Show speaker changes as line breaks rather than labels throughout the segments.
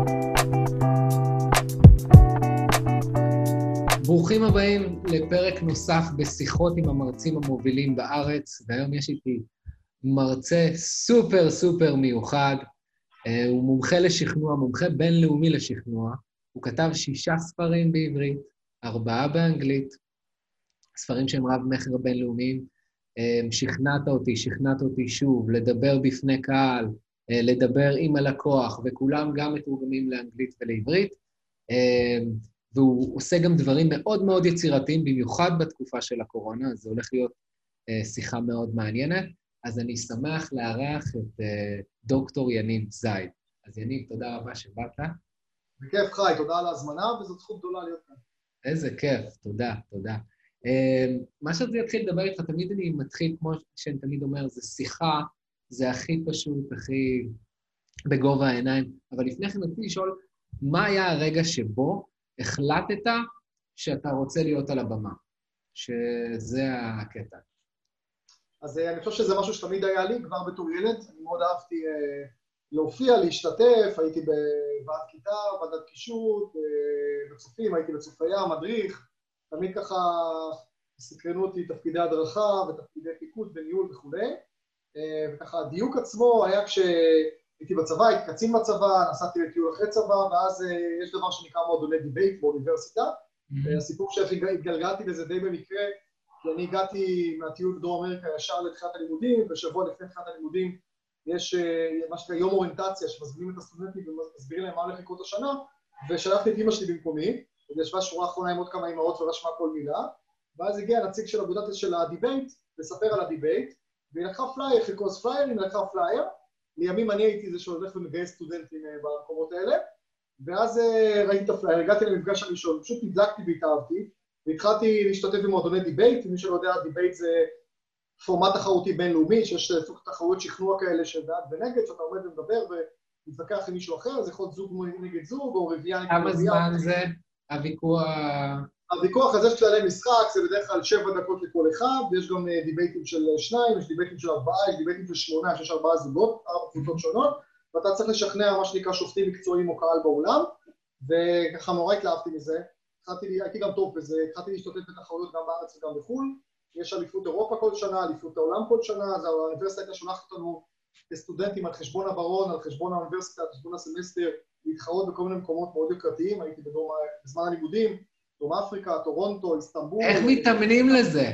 ברוכים הבאים לפרק נוסף בשיחות עם המרצים המובילים בארץ, והיום יש איתי מרצה סופר סופר מיוחד, הוא מומחה לשכנוע, מומחה בינלאומי לשכנוע, הוא כתב 6 ספרים בעברית, 4 באנגלית, ספרים שהם רב מחר בינלאומיים, שכנעת אותי שוב, לדבר בפני קהל, לדבר עם הלקוח, וכולם גם מתורגמים לאנגלית ולעברית, והוא עושה גם דברים מאוד מאוד יצירתיים, במיוחד בתקופה של הקורונה, אז זה הולך להיות שיחה מאוד מעניינת, אז אני שמח לארח את דוקטור יניב זייד. אז יניב, תודה רבה שבאת.
בכיף חי, תודה על ההזמנה, וזאת זכות גדולה להיות כאן.
איזה כיף, תודה, תודה. מה שאני אתחיל לדבר איתך, תמיד אני מתחיל, כמו שאני תמיד אומר, זה שיחה, זה הכי פשוט, הכי בגובה העיניים, אבל לפני כן רציתי לשאול, מה היה הרגע שבו החלטת שאתה רוצה להיות על הבמה? שזה הקטע.
אז אני חושב שזה משהו שתמיד היה לי, כבר בתור ילד, אני מאוד אהבתי להופיע, להשתתף, הייתי בוועד כיתה, ועדת קישוט, בצופים, הייתי בצופיה, מדריך, תמיד ככה סקרנו אותי תפקידי הדרכה ותפקידי פיקוד וניהול וכו'. וככה הדיוק עצמו היה כשהייתי בצבא, הייתי קצין בצבא, נסעתי לטיול אחרי צבא, ואז יש דבר שנקרא מועדוני דיבייט באוניברסיטה. הסיפור שהתגלגלתי לזה די במקרה, כי אני הגעתי מהטיול בדרום אמריקה ישר לתחילת הלימודים, ושבוע לפני תחילת הלימודים יש מה שנקרא יום אוריינטציה, שמזמינים את הסטודנטים ומסבירים להם מה הולך לקרות השנה, ושלחתי את אמא שלי במקומי, וישבה שורה אחרונה עם עוד כמה אמהות ורשמה כל מילה, ואז הגיע הנציג של אגודת של הדיבייט, לספר על הדיבייט, והיא לקחה פלייר, חלקוס פלייר, היא לקחה פלייר, לימים אני הייתי זה שהולך ומגייס סטודנטים במקומות האלה, ואז ראיתי את הפלייר, הגעתי למפגש הראשון, פשוט נדלקתי והתאהבתי, והתחלתי להשתתף במועדוני דיבייט, מי שלא יודע, דיבייט זה פורמט תחרותי בינלאומי, שיש סוג תחרויות שכנוע כאלה של בעד ונגד, שאתה עומד ומדבר ומתווכח עם מישהו אחר, זה יכול להיות זוג נגד זוג, או רביעייה נגד רביעייה.
כמה זמן זה הוויכוח?
הוויכוח הזה יש כללי משחק, זה בדרך כלל 7 דקות לכל אחד, ויש גם דיבייטים של 2, יש דיבייטים של 4, יש דיבייטים של 8, יש 4 זוגות, 4 קבוצות שונות, ואתה צריך לשכנע מה שנקרא שופטים מקצועיים או קהל באולם, וככה נורא התלהבתי מזה. הייתי גם טוב בזה, התחלתי להשתתף בתחרויות גם בארץ וגם בחו"ל, יש אליפות אירופה כל שנה, אליפות העולם כל שנה, אז האוניברסיטה הייתה שולחת אותנו כסטודנטים על חשבון הברון, על חשבון האוניברסיטה, על חשבון הסמסטר, להתחרות בכל מיני מקומות מאוד יוקרתיים, הייתי בזמן הלימודים, דרום אפריקה, טורונטו, איסטנבול.
איך מתאמנים לזה?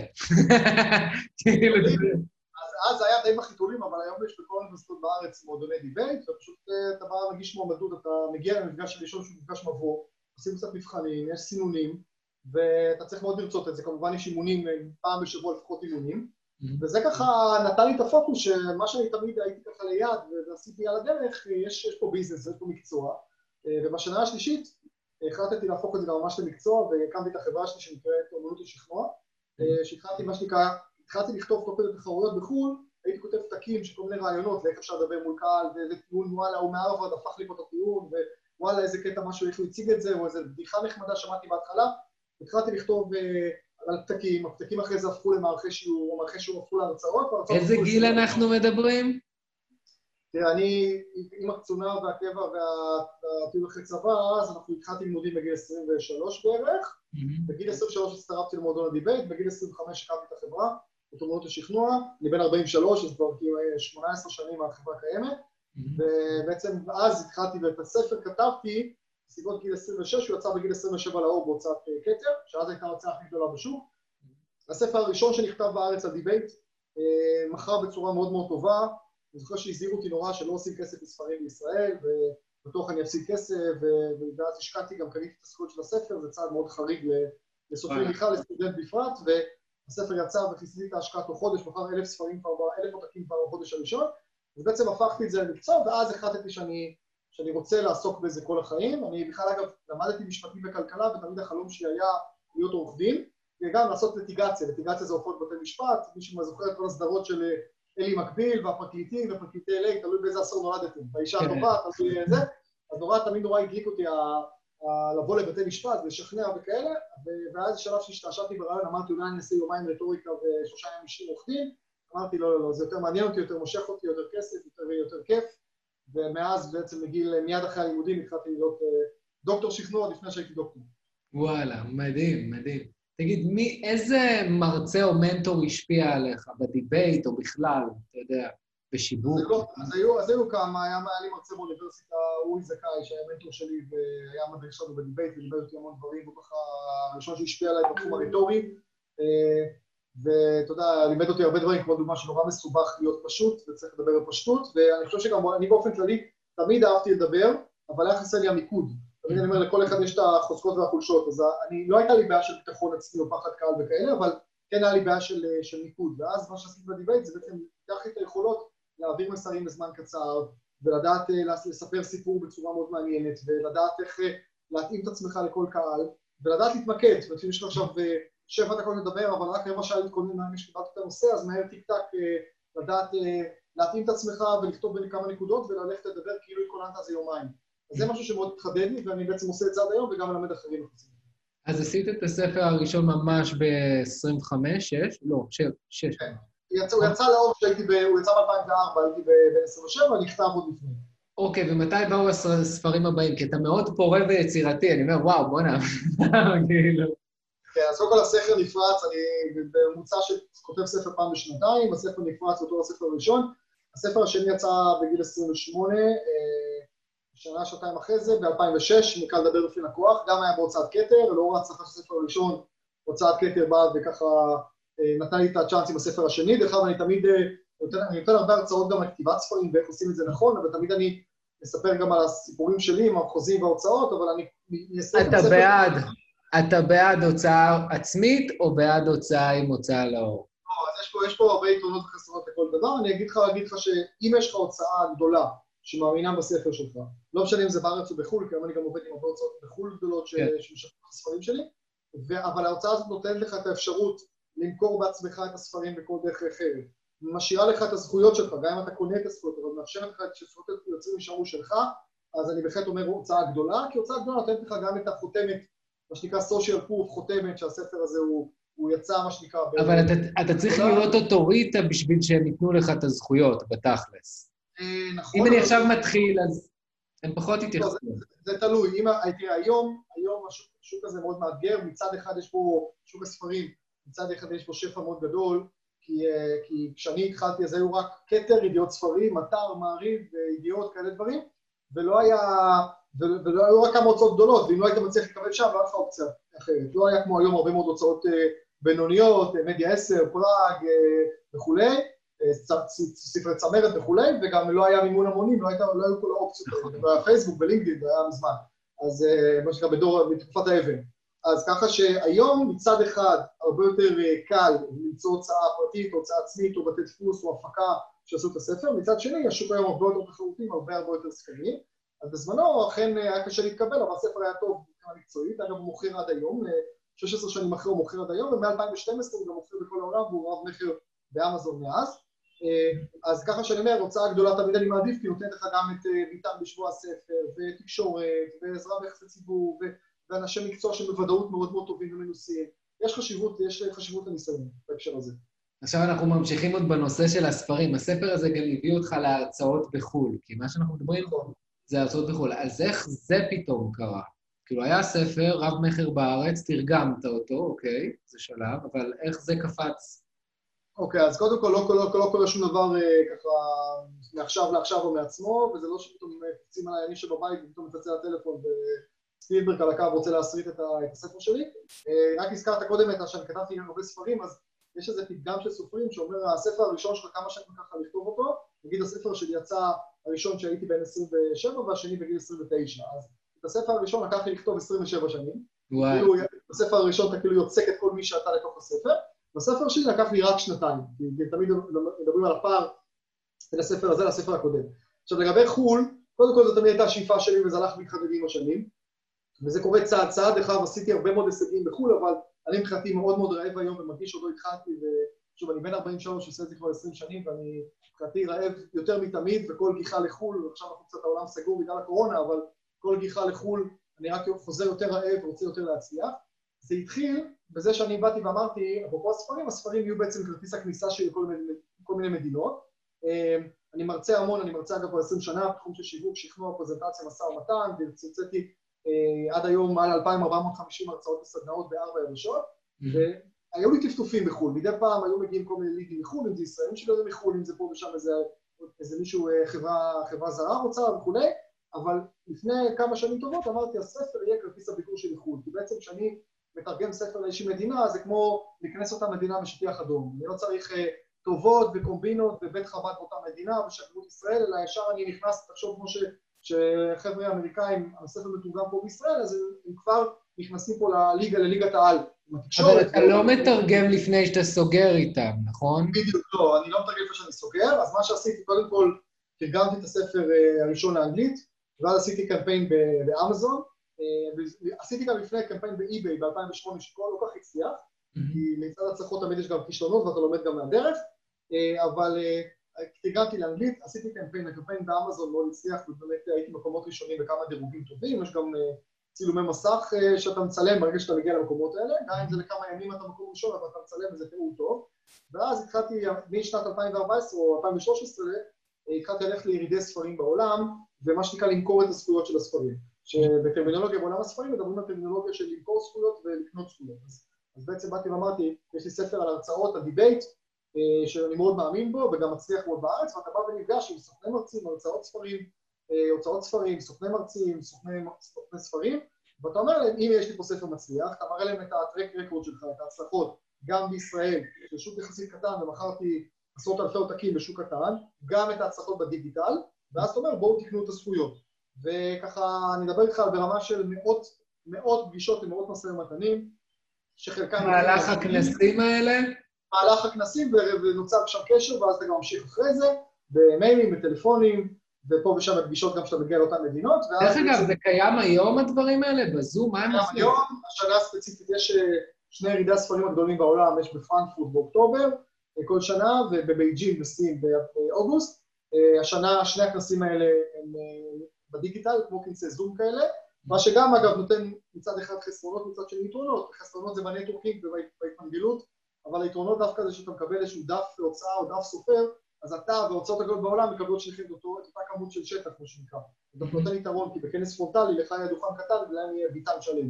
אז זה היה די בחיתולים, אבל היום יש בכל האוניברסיטות בארץ מועדוני דיבייט, ופשוט אתה בא מגיש מועמדות, אתה מגיע למפגש הראשון שהוא מפגש מבוא, עושים קצת מבחנים, יש סינונים, ואתה צריך מאוד לרצות את זה, כמובן יש אימונים, פעם בשבוע לפחות אימונים, וזה ככה נתן לי את הפוקוס, שמה שאני תמיד הייתי ככה ליד, ועשיתי על הדרך, יש פה ביזנס, יש פה מקצוע, ובשנה השלישית החלטתי להפוך את זה ממש למקצוע, והקמתי את החברה שלי שנקראת אומנות לשכנוע, שהתחלתי מה שנקרא, התחלתי לכתוב כל מיני תחרויות בחו"ל, הייתי כותב פתקים של כל מיני רעיונות, לאיך אפשר לדבר מול קהל, ואיזה טיעון, וואלה, הוא מהרווארד הפך לי פה את הטיעון, וואלה, איזה קטע משהו, איך הוא הציג את זה, או איזה בדיחה נחמדה שמעתי בהתחלה, התחלתי לכתוב על פתקים, הפתקים אחרי זה הפכו למערכי שיעור, או מערכי שיעור הפכו להרצאות.
איזה גיל אנחנו מדברים?
תראה, אני עם הקצונה והקבע והטיול אחרי צבא, אז אנחנו התחלתי לימודים בגיל 23 בערך, בגיל 23 הצטרפתי למועדון הדיבייט, בגיל 25 הקמתי את החברה, את אומנות לשכנוע, אני בן 43, אז כבר 18 שנים מהחברה קיימת, ובעצם אז התחלתי ואת הספר כתבתי, בסביבות גיל 26, הוא יצא בגיל 27 לאור בהוצאת כתר, שאז הייתה ההוצאה הכי גדולה בשוק. הספר הראשון שנכתב בארץ על דיבייט, מכר בצורה מאוד מאוד טובה, אני זוכר שהזהירו אותי נורא שלא עושים כסף מספרים בישראל, ובטוח אני אפסיד כסף, ואז השקעתי גם קניתי את הזכויות של הספר, זה צעד מאוד חריג לסופרים בכלל, לסטודנט בפרט, והספר יצא וכיסיתי את ההשקעה תוך חודש, מכר 1,000 ספרים כבר, 1,000 עותקים כבר בחודש הראשון, ובעצם הפכתי את זה למקצוע, ואז החלטתי שאני רוצה לעסוק בזה כל החיים. אני בכלל אגב למדתי משפטים וכלכלה, ותמיד החלום שלי היה להיות עורך דין, וגם לעשות ליטיגציה. ליטיגציה זה הופעות בתי משפט, מי שזוכר את כל הסדרות של אלי מקביל והפרקליטים ופרקליטי LA, תלוי באיזה עשור נולדתם, באישה הטובה, תלוי זה, אז תמיד נורא הדליק אותי לבוא לבתי משפט ולשכנע וכאלה, ואז שלב שהשתעשעתי ברעיון, אמרתי אולי אני אעשה יומיים רטוריקה ו3 ימים עורך דין, אמרתי לא, זה יותר מעניין אותי, יותר מושך אותי, יותר כסף, יותר כיף, ומאז בעצם מיד אחרי הלימודים התחלתי להיות דוקטור שכנוע לפני שהייתי דוקטור.
וואלה, מדהים, מדהים. תגיד, איזה מרצה או מנטור השפיע עליך בדיבייט או בכלל, אתה יודע, בשיווק?
אז היו כמה, היה לי מרצה באוניברסיטה, אורי זכאי, שהיה מנטור שלי והיה מדריך שלנו בדיבייט, ודיבר אותי המון דברים, הוא ככה הראשון שהשפיע עליי בתחום הרטורי, ואתה יודע, לימד אותי הרבה דברים, כמו דוגמה שנורא מסובך להיות פשוט, וצריך לדבר בפשטות, ואני חושב שגם אני באופן כללי תמיד אהבתי לדבר, אבל היה חסר לי המיקוד. תמיד אני אומר, לכל אחד יש את החוזקות והחולשות, אז לא הייתה לי בעיה של ביטחון עצמי או פחד קהל וכאלה, אבל כן היה לי בעיה של מיקוד, ואז מה שעשיתי בדיבייט זה בעצם לקח לי את היכולות להעביר מסרים בזמן קצר, ולדעת לספר סיפור בצורה מאוד מעניינת, ולדעת איך להתאים את עצמך לכל קהל, ולדעת להתמקד. זאת אומרת, אם יש לך עכשיו 7 דקות לדבר, אבל רק רבע שעה להתכונן מהרגע שקיבלת את הנושא, אז מהר טיק טק לדעת להתאים את עצמך ולכתוב בין כמה נקודות, וללכת לדבר כאילו התכוננת על זה יומיים. אז זה משהו שמאוד התחדד לי, ואני בעצם עושה את זה עד היום, וגם מלמד אחרים.
אז עשית את הספר הראשון ממש ב-25, 6? לא, 6.
כן. הוא יצא לאור הוא יצא ב-2004, הייתי בן 27, נכתב עוד לפני.
אוקיי, ומתי באו הספרים הבאים? כי אתה מאוד פורה ויצירתי, אני אומר, וואו, בוא נעבור, כאילו.
כן, אז קודם כל הספר נפרץ, אני בממוצע שכותב ספר פעם בשנתיים, הספר נפרץ אותו הספר הראשון, הספר השני יצא בגיל 28, שנה, שנתיים אחרי זה, ב-2006, נקרא לדבר בפני לקוח, גם היה בהוצאת כתר, לאור ההצלחה של הספר הראשון, הוצאת כתר באה וככה נתן לי את הצ'אנס עם הספר השני, דרך אגב אני תמיד, אני נותן הרבה הרצאות גם על כתיבת ספרים ואיך עושים את זה נכון, אבל תמיד אני מספר גם על הסיפורים שלי, עם החוזים וההוצאות, אבל אני...
אתה בעד הוצאה עצמית או בעד הוצאה עם הוצאה לאור?
לא, אז יש פה הרבה יתרונות וחסרונות לכל דבר, אני אגיד לך שאם יש לך הוצאה גדולה שמאמינה בספר שלך, לא משנה אם זה בארץ או בחו"ל, כי אני גם עובד עם הרבה הוצאות בחו"ל גדולות שמשחררות את הספרים שלי, אבל ההוצאה הזאת נותנת לך את האפשרות למכור בעצמך את הספרים בכל דרך אחרת. משאירה לך את הזכויות שלך, גם אם אתה קונה את הזכויות, אבל מאפשרת לך שזכויות יוצרים יישארו שלך, אז אני בהחלט אומר הוצאה גדולה, כי הוצאה גדולה נותנת לך גם את החותמת, מה שנקרא social proof, חותמת שהספר הזה הוא יצא, מה שנקרא...
אבל אתה צריך להיות אוטוריטה בשביל שהם ייתנו לך את הזכויות, בתכלס.
נכון.
אם אני עכשיו מתחיל, אז הם פחות יתייחסו.
זה תלוי. תראה, היום השוק הזה מאוד מאתגר, מצד אחד יש פה שוק הספרים, מצד אחד יש פה שפע מאוד גדול, כי כשאני התחלתי אז היו רק כתר, ידיעות ספרים, אתר, מעריב, ידיעות, כאלה דברים, ולא היו רק כמה הוצאות גדולות, ואם לא היית מצליח לקבל שם, לא היה לך אופציה אחרת. לא היה כמו היום הרבה מאוד הוצאות בינוניות, מדיה 10, פלאג וכולי, ספרי צמרת וכולי, וגם לא היה מימון המונים, לא היו כל האופציות, לא היה פייסבוק ולינקדאין, זה היה מזמן. אז מה שנקרא בתקופת האבן. אז ככה שהיום מצד אחד הרבה יותר קל למצוא הוצאה פרטית, הוצאה עצמית או בתי דפוס או הפקה שעשו את הספר, מצד שני השוק היום הרבה יותר תחרותיים, הרבה יותר סקרים, אז בזמנו אכן היה קשה להתקבל, אבל הספר היה טוב מבחינה מקצועית, אגב הוא מוכר עד היום, 16 שנים אחרי הוא מוכר עד היום, ומ-2012 הוא גם מוכר בכל העולם והוא רב מחיר באמזון מאז, אז ככה שאני אומר, הוצאה גדולה תמיד אני מעדיף, כי נותנת לך גם את ביטן בשבוע הספר, ותקשורת, ועזרה ביחסי ציבור, ואנשי מקצוע שבוודאות מאוד מאוד טובים ומנוסים. יש חשיבות לניסיון בהקשר הזה.
עכשיו אנחנו ממשיכים עוד בנושא של הספרים. הספר הזה גם הביא אותך להרצאות בחו"ל, כי מה שאנחנו מדברים פה זה הרצאות בחו"ל. אז איך זה פתאום קרה? כאילו היה ספר, רב מחר בארץ, תרגמת אותו, אוקיי, זה שלב, אבל איך זה קפץ?
אוקיי, אז קודם כל לא קורה שום דבר ככה מעכשיו לעכשיו או מעצמו, וזה לא שפתאום קפצים עליי אני שבבית ופתאום מצלצל הטלפון וספילברג על הקו רוצה להסריט את הספר שלי. רק הזכרת קודם שאני כתבתי גם הרבה ספרים, אז יש איזה פתגם של סופרים שאומר, הספר הראשון שלך כמה שנים ככה לכתוב אותו, נגיד הספר שלי יצא הראשון שהייתי בן 27 והשני בגיל 29, אז את הספר הראשון לקח לי לכתוב 27 שנים, כאילו בספר הראשון אתה כאילו יוצק את כל מי שאתה לתוך הספר, בספר שלי לקח לי רק שנתיים, כי תמיד מדברים על הפער בין הספר הזה לספר הקודם. עכשיו לגבי חו"ל, קודם כל זו תמיד הייתה השאיפה שלי וזה הלך מתחדד עם השנים, וזה קורה צעד צעד, דרך עשיתי הרבה מאוד הישגים בחו"ל, אבל אני מבחינתי מאוד מאוד רעב היום ומרגיש שעוד לא התחלתי, ושוב אני בן 43 שעושה את זה כבר 20 שנים, ואני מבחינתי רעב יותר מתמיד, וכל גיחה לחו"ל, עכשיו אנחנו קצת העולם סגור בגלל הקורונה, אבל כל גיחה לחו"ל, אני רק חוזר יותר רעב ורוצה יותר להצליח. זה התחיל בזה שאני באתי ואמרתי, אפרופו הספרים יהיו בעצם כרטיס הכניסה שלי לכל מיני מדינות, אני מרצה המון, אני מרצה אגב כבר 20 שנה, בתחום של שיווק, שכנוע, פרזנטציה, משא ומתן, והרציתי עד היום מעל 2,450 הרצאות וסדנאות ב4 יבשות, והיו לי טפטופים בחו"ל, מדי פעם היו מגיעים כל מיני לידים מחו"ל, אם זה ישראלים שגרים מחו"ל, אם זה פה ושם איזה מישהו, חברה זרה רוצה וכולי, אבל לפני כמה שנים טובות אמרתי, הספר יהיה כרטיס הביקור שלי לחו"ל, כי בעצם כשאני מתרגם ספר לאיזושהי מדינה, זה כמו להיכנס אותה מדינה בשטיח אדום. אני לא צריך טובות וקומבינות ובית חב"ד באותה מדינה ושגרירות ישראל, אלא ישר אני נכנס, תחשוב כמו שחבר'ה האמריקאים, הספר מתורגם פה בישראל, אז הם כבר נכנסים פה לליגת העל.
אבל אתה לא מתרגם לפני שאתה סוגר איתם, נכון?
בדיוק, לא, אני לא מתרגם לפני שאני סוגר, אז מה שעשיתי, קודם כל, תרגמתי את הספר הראשון לאנגלית, ואז עשיתי קמפיין באמזון, עשיתי גם לפני קמפיין באי-ביי ב-2008 שכל לא כך הצליח, כי לצד הצלחות תמיד יש גם כישלונות ואתה לומד גם מהדרך, אבל תרגמתי לאנגלית, עשיתי הקמפיין באמזון לא הצליח, ובאמת הייתי מקומות ראשונים בכמה דירוגים טובים, יש גם צילומי מסך שאתה מצלם ברגע שאתה מגיע למקומות האלה, גם אם זה לכמה ימים אתה מקום ראשון, אבל אתה מצלם וזה תיאור טוב, ואז התחלתי משנת 2014 או 2013, התחלתי ללכת לירידי ספרים בעולם, ומה שנקרא למכור את הזכויות של הספרים. שבטרמינולוגיה בעולם הספרים מדברים על טרמינולוגיה של למכור זכויות ולקנות זכויות. אז בעצם באתי ואמרתי, יש לי ספר על הרצאות, הדיבייט, שאני מאוד מאמין בו, וגם מצליח מאוד בארץ, ואתה בא ונפגש עם סוכני מרצים, הרצאות ספרים, הוצאות ספרים, סוכני מרצים, סוכני ספרים, ואתה אומר להם, אם יש לי פה ספר מצליח, אתה מראה להם את הטרק רקורד שלך, את ההצלחות, גם בישראל, של שוק יחסית קטן, ומכרתי עשרות אלפי עותקים בשוק קטן, גם את ההצלחות בדיגיטל, ואז אתה אומר, בואו תקנו את הזכויות. וככה, אני מדבר איתך ברמה של מאות פגישות עם מאות משאים ומתנים, שחלקם...
מהלך הכנסים האלה?
מהלך הכנסים, ונוצר שם קשר, ואז אתה גם ממשיך אחרי זה, במיילים, בטלפונים, ופה ושם בפגישות גם שאתה מגיע לאותן מדינות.
דרך אגב, זה קיים היום הדברים האלה? בזום? מה הם עושים?
היום, השנה הספציפית, יש שני ירידי הספרים הגדולים בעולם, יש בפרנקפורט באוקטובר, כל שנה, ובבייג'ינג בסין באוגוסט. השנה, שני הכנסים האלה הם בדיגיטל, כמו כנסי זום כאלה, מה שגם, אגב, נותן מצד אחד חסרונות, מצד שני יתרונות. חסרונות זה בנטוורקינג ובהתמנגלות, אבל היתרונות דווקא זה שאתה מקבל איזשהו דף הוצאה או דף סופר, אז אתה וההוצאות הגדולות בעולם מקבלות שניכם את אותה כמות של שטח, כמו שנקרא. אתה נותן יתרון, כי בכנס פרונטלי לך יהיה דוכן קטן, ולהם יהיה ביטן שלם.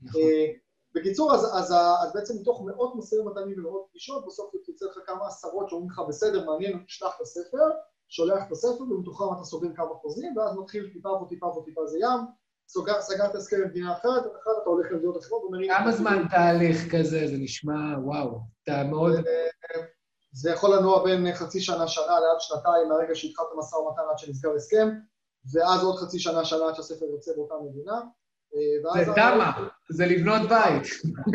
בקיצור, אז בעצם מתוך מאות משאים ומתנים ומאות פגישות, בסוף יוצא לך כמה עשרות שאומרים לך בסדר, מעניין, שלח את הספר, שולח את הספר, ומתוכם אתה סוגר כמה חוזים, ואז מתחיל טיפה פה, טיפה פה, טיפה זה ים, סגרת הסכם במדינה אחרת, אתה הולך למדינות אחרות ומרים...
כמה זמן תהליך כזה? זה נשמע, וואו, אתה מאוד...
זה יכול לנוע בין חצי שנה, שנה, לעד שנתיים, מהרגע שהתחלת משא ומתן עד שנסגר הסכם, ואז עוד חצי שנה, שנה עד שהספר יוצא באותה מדינה.
זה דמה, זה לבנות בית.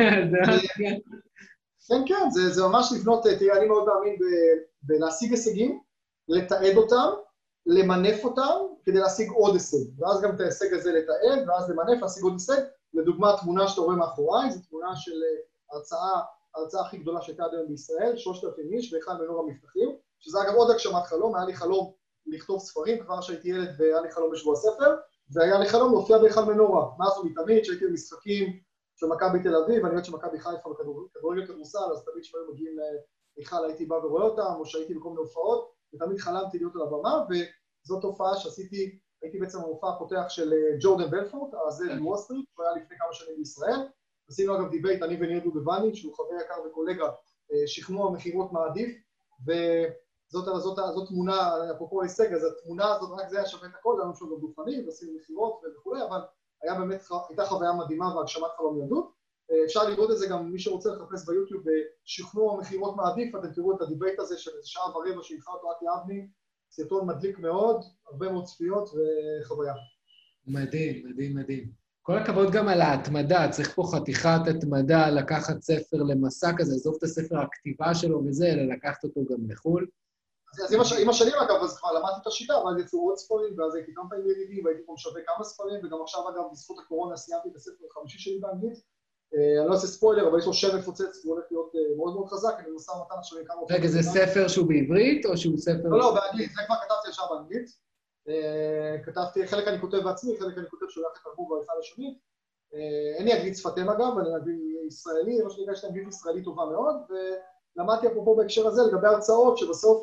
כן, כן, זה ממש לבנות, תראה, אני מאוד מאמין בלהשיג הישגים, לתעד אותם, למנף אותם, כדי להשיג עוד הישג. ואז גם את ההישג הזה לתעד, ואז למנף, להשיג עוד הישג. לדוגמה, תמונה שאתה רואה מאחוריי, זו תמונה של ההרצאה הכי גדולה שהייתה עד היום בישראל, 3,000 איש, ואחד מנור המבטחים, שזה אגב עוד הגשמת חלום, היה לי חלום לכתוב ספרים, כבר שהייתי ילד והיה לי חלום בשבוע הספר, והיה לי חלום להופיע בהיכל מנורה. מאז ומתמיד, שהייתי במשחקים של מכבי תל אביב, אני יודעת שמכבי חיפה בכדורגל כדורסל, אז תמיד שהיו מגיעים להיכל, הייתי בא ורואה אותם, או שהייתי בכל מיני הופעות, ותמיד חלמתי להיות על הבמה, וזאת תופעה שעשיתי, הייתי בעצם המופע הפותח של ג'ורדן בלפורט, הזה בוול סטריט, שהוא היה לפני כמה שנים בישראל. עשינו אגב דיבייט, אני וניר דובדבני, שהוא חבר יקר וקולגה, שכנוע מכירות מעדיף, וזאת תמונה, אפרופו הישג, אז התמונה הזאת, רק זה היה שווה את הכל, היה לנו שם גם דוכנים, ועשינו מכירות וכו', אבל הייתה חוויה מדהימה והגשמת חלום ילדות. אפשר לראות את זה גם, מי שרוצה לחפש ביוטיוב, בשכנוע מכירות מעדיף, אתם תראו את הדיבייט הזה של איזה שעה ורבע שהתחלת אותו אתי אבני, סרטון מדליק מאוד, הרבה מאוד צפיות וחוויה.
מדהים, מדהים, מדהים. כל הכבוד גם על ההתמדה, צריך פה חתיכת התמדה, לקחת ספר למסע כזה, עזוב את הספר הכתיבה שלו וזה, אלא לקחת אותו גם לחו"ל.
אז עם השנים אגב, אז כבר למדתי את השיטה, אבל יצאו עוד ספרים, ואז הייתי כמה פעמים ידידים, והייתי פה משווה כמה ספרים, וגם עכשיו אגב, בזכות הקורונה סיימתי את הספר החמישי שלי באנגלית. אני לא עושה ספוילר, אבל יש לו שם מפוצץ, הוא הולך להיות מאוד מאוד חזק, אני משא ומתן עכשיו עם כמה...
רגע, זה ספר שהוא בעברית, או שהוא ספר...
לא, באנגלית, זה כבר כתבתי ישר באנגלית. כתבתי, חלק אני כותב בעצמי, חלק אני כותב שולח את תרגום בעריכה לשונית. אין לי אנגלית שפתיהם אגב, אני אנגלית ישראלי, מה שנקרא יש לי אנגלית ישראלית טובה מאוד, ולמדתי אפרופו בהקשר הזה לגבי הרצאות, שבסוף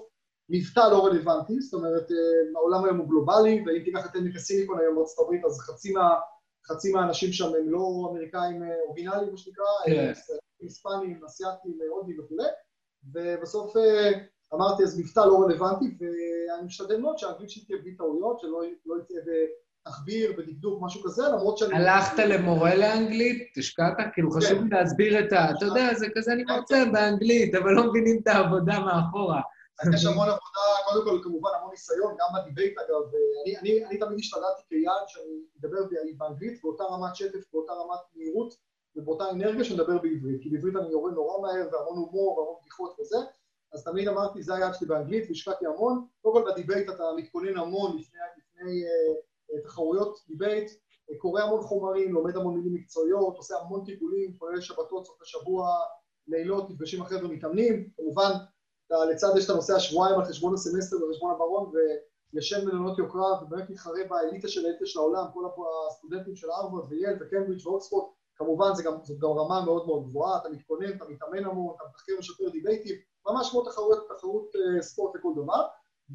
מבטא לא רלוונטי, זאת אומרת, העולם היום הוא גלובלי, ואם תיקח את עמק הסיליקון היום בארצות הברית, אז חצי מהאנשים שם הם לא אמריקאים אורגינליים, מה שנקרא, היספנים, אסיאטים, הודים וכו'. ובסוף אמרתי, אז מבטא לא רלוונטי, ואני משתדל מאוד שהאנגלית שלי תהיה בלי טעויות, שלא יצא תחביר ודקדוק, משהו כזה, למרות שאני...
הלכת למורה לאנגלית? השקעת? כאילו חשוב לי להסביר את ה... אתה יודע, זה כזה אני מרצה באנגלית, אבל לא מבינים את העבודה מאחורה.
יש המון עבודה, קודם כל כמובן המון ניסיון, גם בדיבייט אגב, אני תמיד השתדלתי כיעד שאני מדבר באנגלית, באותה רמת שטף, באותה רמת מהירות, ובאותה אנרגיה שנדבר בעברית, כי בעברית אני יורד נורא מהר, והמון הומור, והמון בדיחות וזה, אז תמיד אמרתי, זה היעד שלי באנגלית, והשקעתי המון, קודם כל בדיבייט אתה מתכונן המון לפני תחרויות דיבייט, קורא המון חומרים, לומד המון מילים מקצועיות, עושה המון טיפולים, כולל שבתות, סוף השבוע, לילות, נפגשים אחרי ומתאמנים, כמובן, לצד זה שאתה נוסע שבועיים על חשבון הסמסטר וחשבון הברון וישן מלונות יוקרה ובאמת מתחרה באליטה של העולם, כל הסטודנטים של הרווארד וייל וקמברידג' ואוקספורד, כמובן זאת גם רמה מאוד מאוד גבוהה, אתה מתכונן, אתה מתאמן המון, אתה מתחקר ומשפר דיבייטים, ממש כמו תחרות ספורט לכל דבר,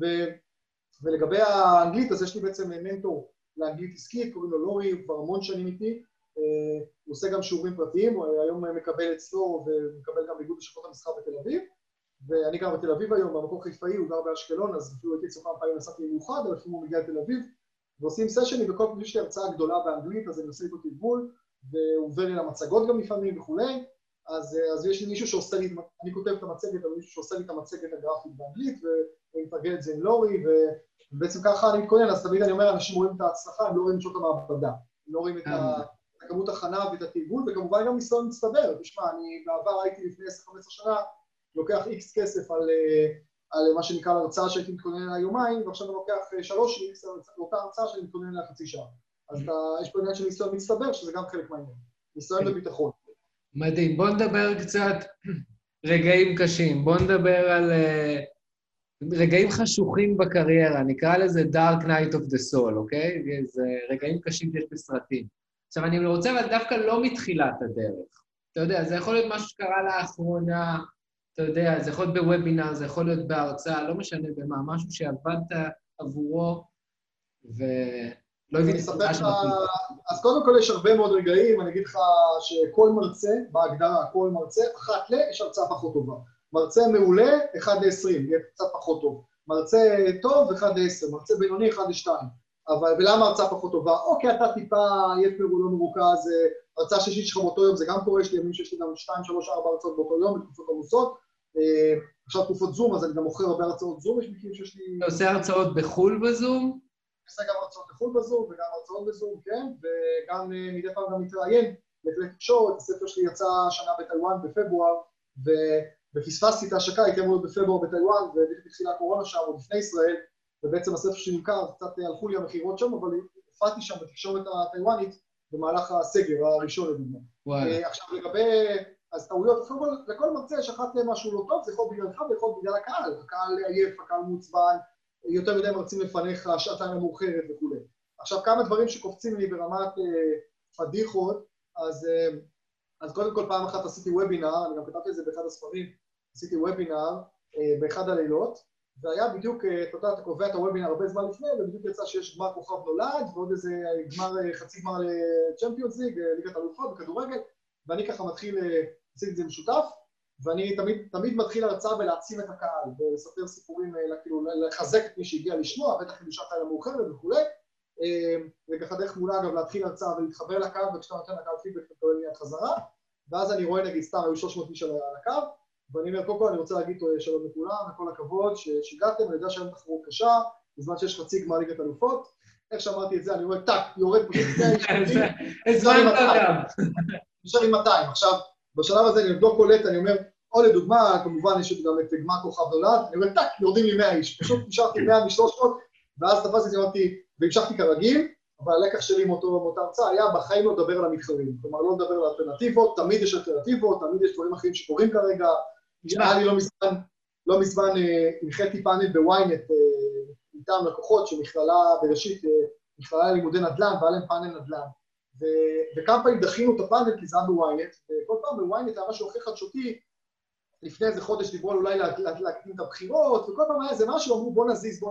ולגבי האנגלית, אז יש לי בעצם מנטור לאנגלית עסקית, קוראים לו לורי, הוא כבר המון שנים איתי, הוא עושה גם שיעורים פרטיים, הוא היום מקבל אצלו ומקבל גם באיגוד לשכות המסחר בתל אביב, ואני גר בתל אביב היום, במקור חיפאי, הוא גר באשקלון, אז אפילו הייתי אצלו כמה פעמים נסעתי במיוחד, אבל לפעמים הוא מגיע לתל אביב, ועושים סשנים, וכל פעם יש לי הרצאה גדולה באנגלית, אז אני עושה איתו תרגול, והוא עובר לי למצגות גם לפעמים וכולי, אז יש לי מישהו שעושה לי, אני כותב את המצגת, אבל מישהו שעושה לי את המצגת הגרפית באנגלית, ומתרגל את זה עם לורי, ובעצם ככה אני מתכונן, אז תמיד אני אומר, אנשים רואים את ההצלחה, הם לא רואים את שעות המעבדה, הם לא רואים את הכמות הכנה ואת התרגול, וכמובן גם ניסיון מצטבר. תשמע, אני בעבר הייתי לפני 10-15 שנה, לוקח X כסף על מה שנקרא להרצאה שהייתי מתכונן עליה יומיים, ועכשיו אני לוקח 3X על אותה הרצאה שאני מתכונן עליה חצי שעה. אז יש פה עניין של ניסיון מצטבר, שזה גם חלק מהעניין. ניסיון וביטחון.
מדהים. בוא נדבר קצת רגעים קשים. בוא נדבר על רגעים חשוכים בקריירה. נקרא לזה Dark Night of the Soul, אוקיי? זה רגעים קשים שיש בסרטים. עכשיו, אני רוצה, אבל דווקא לא מתחילת הדרך. אתה יודע, זה יכול להיות משהו שקרה לאחרונה, אתה יודע, זה יכול להיות בוובינר, זה יכול להיות בהרצאה, לא משנה במה, משהו שעבדת עבורו, ולא הבאתי סרטה שמתחיל.
אז קודם כל יש הרבה מאוד רגעים, אני אגיד לך שכל מרצה, בהגדרה, כל מרצה, אחת יש הרצאה פחות טובה. מרצה מעולה, 1-20, יהיה קצת פחות טוב. מרצה טוב, 1-10, מרצה בינוני, 1-2. ולמה הרצאה פחות טובה? אוקיי, אתה טיפה יפר או לא מרוכז, הרצאה שישית שלך באותו יום, זה גם קורה, יש לי ימים שיש לי גם 2, 3, 4 הרצאות באותו יום, בתקופות עמוסות. עכשיו תקופות זום, אז אני גם מוכר הרבה הרצאות זום, יש מקרים שיש לי...
אתה עושה הרצאות בחול בזום?
אני עושה גם הרצאות בחול בזום, וגם הרצאות בזום, כן, וגם מדי פעם גם מתראיין לכלי תקשורת, הספר שלי יצא שנה בטיואן בפברואר, ופספסתי את ההשקה, הייתי אמור בפברואר בטיואן, ובתחילה הקורונה שם, או לפני ישראל, ובעצם הספר שנמכר, קצת הלכו לי המחירות שם, אבל הופעתי שם בתקשורת הטיואנית במהלך הסגר הראשון לדוגמה. עכשיו לגבי, אז טעויות, לכל מרצה יש אחת משהו לא טוב, זה יכול בגללך ויכול בגלל הקהל, הקהל עייף, הקהל מוצבן, יותר מדי מרצים לפניך, שעתיים המאוחרת וכו'. עכשיו כמה דברים שקופצים לי ברמת פדיחות, אז קודם כל פעם אחת עשיתי וובינר, אני גם כתבתי את זה באחד הספרים, עשיתי וובינר באחד הלילות, והיה בדיוק, אתה קובע את הוובינר הרבה זמן לפני, ובדיוק יצא שיש גמר כוכב נולד, ועוד איזה חצי גמר לצ'מפיונס ליג, ליגת אלופות בכדורגל, ואני ככה מתחיל לעשות את זה משותף, ואני תמיד מתחיל הרצאה ולהעצים את הקהל, ולספר סיפורים, כאילו לחזק את מי שהגיע לשמוע, בטח אם בשעת לילה מאוחרת וכו'. וככה דרך מולה אגב להתחיל הרצאה ולהתחבר לקהל, וכשאתה נותן לקהל פידבק אתה מקבל מיד חזרה, ואז אני רואה נגיד סתם, היו 300 איש על הקו, ואני אומר, קודם כל אני רוצה להגיד שלום לכולם, וכל הכבוד שהגעתם, אני יודע שהיום תחרות קשה, בזמן שיש חצי גמר ליגת אלופות, איך שאמרתי את זה, אני רואה טאק, יורד פשוט 100 איש, נשאר עם 200. עכשיו, בשלב הזה אני עוד לא קולט, אני אומר, או לדוגמה, כמובן יש גם את גמר כוכב נולד, אני אומר, טאק, יורדים לי 100 איש, פשוט נשארתי 100 מ-300, ואז תפסתי, אמרתי, והמשכתי כרגיל, אבל הלקח שלי מאותה הרצאה היה בחיים לא לדבר על המתחרים, כלומר לא לדבר על אלטרנטיבות, תמיד יש אלטרנטיבות, תמיד יש דברים אחרים שקורים כרגע, היה לי לא מזמן הנחיתי פאנל בוויינט, איתם לקוחות שמכללה בראשית, מכללה לימודי נדל"ן, והיה להם פאנל נדל"ן, וכמה פעמים דחינו את הפאנל כי זה היה בוויינט, וכל פעם בוויינט היה משהו הכי חדשותי, לפני איזה חודש דיברו אולי להקדים את הבחירות, וכל פעם היה איזה משהו, אמרו בוא נזיז.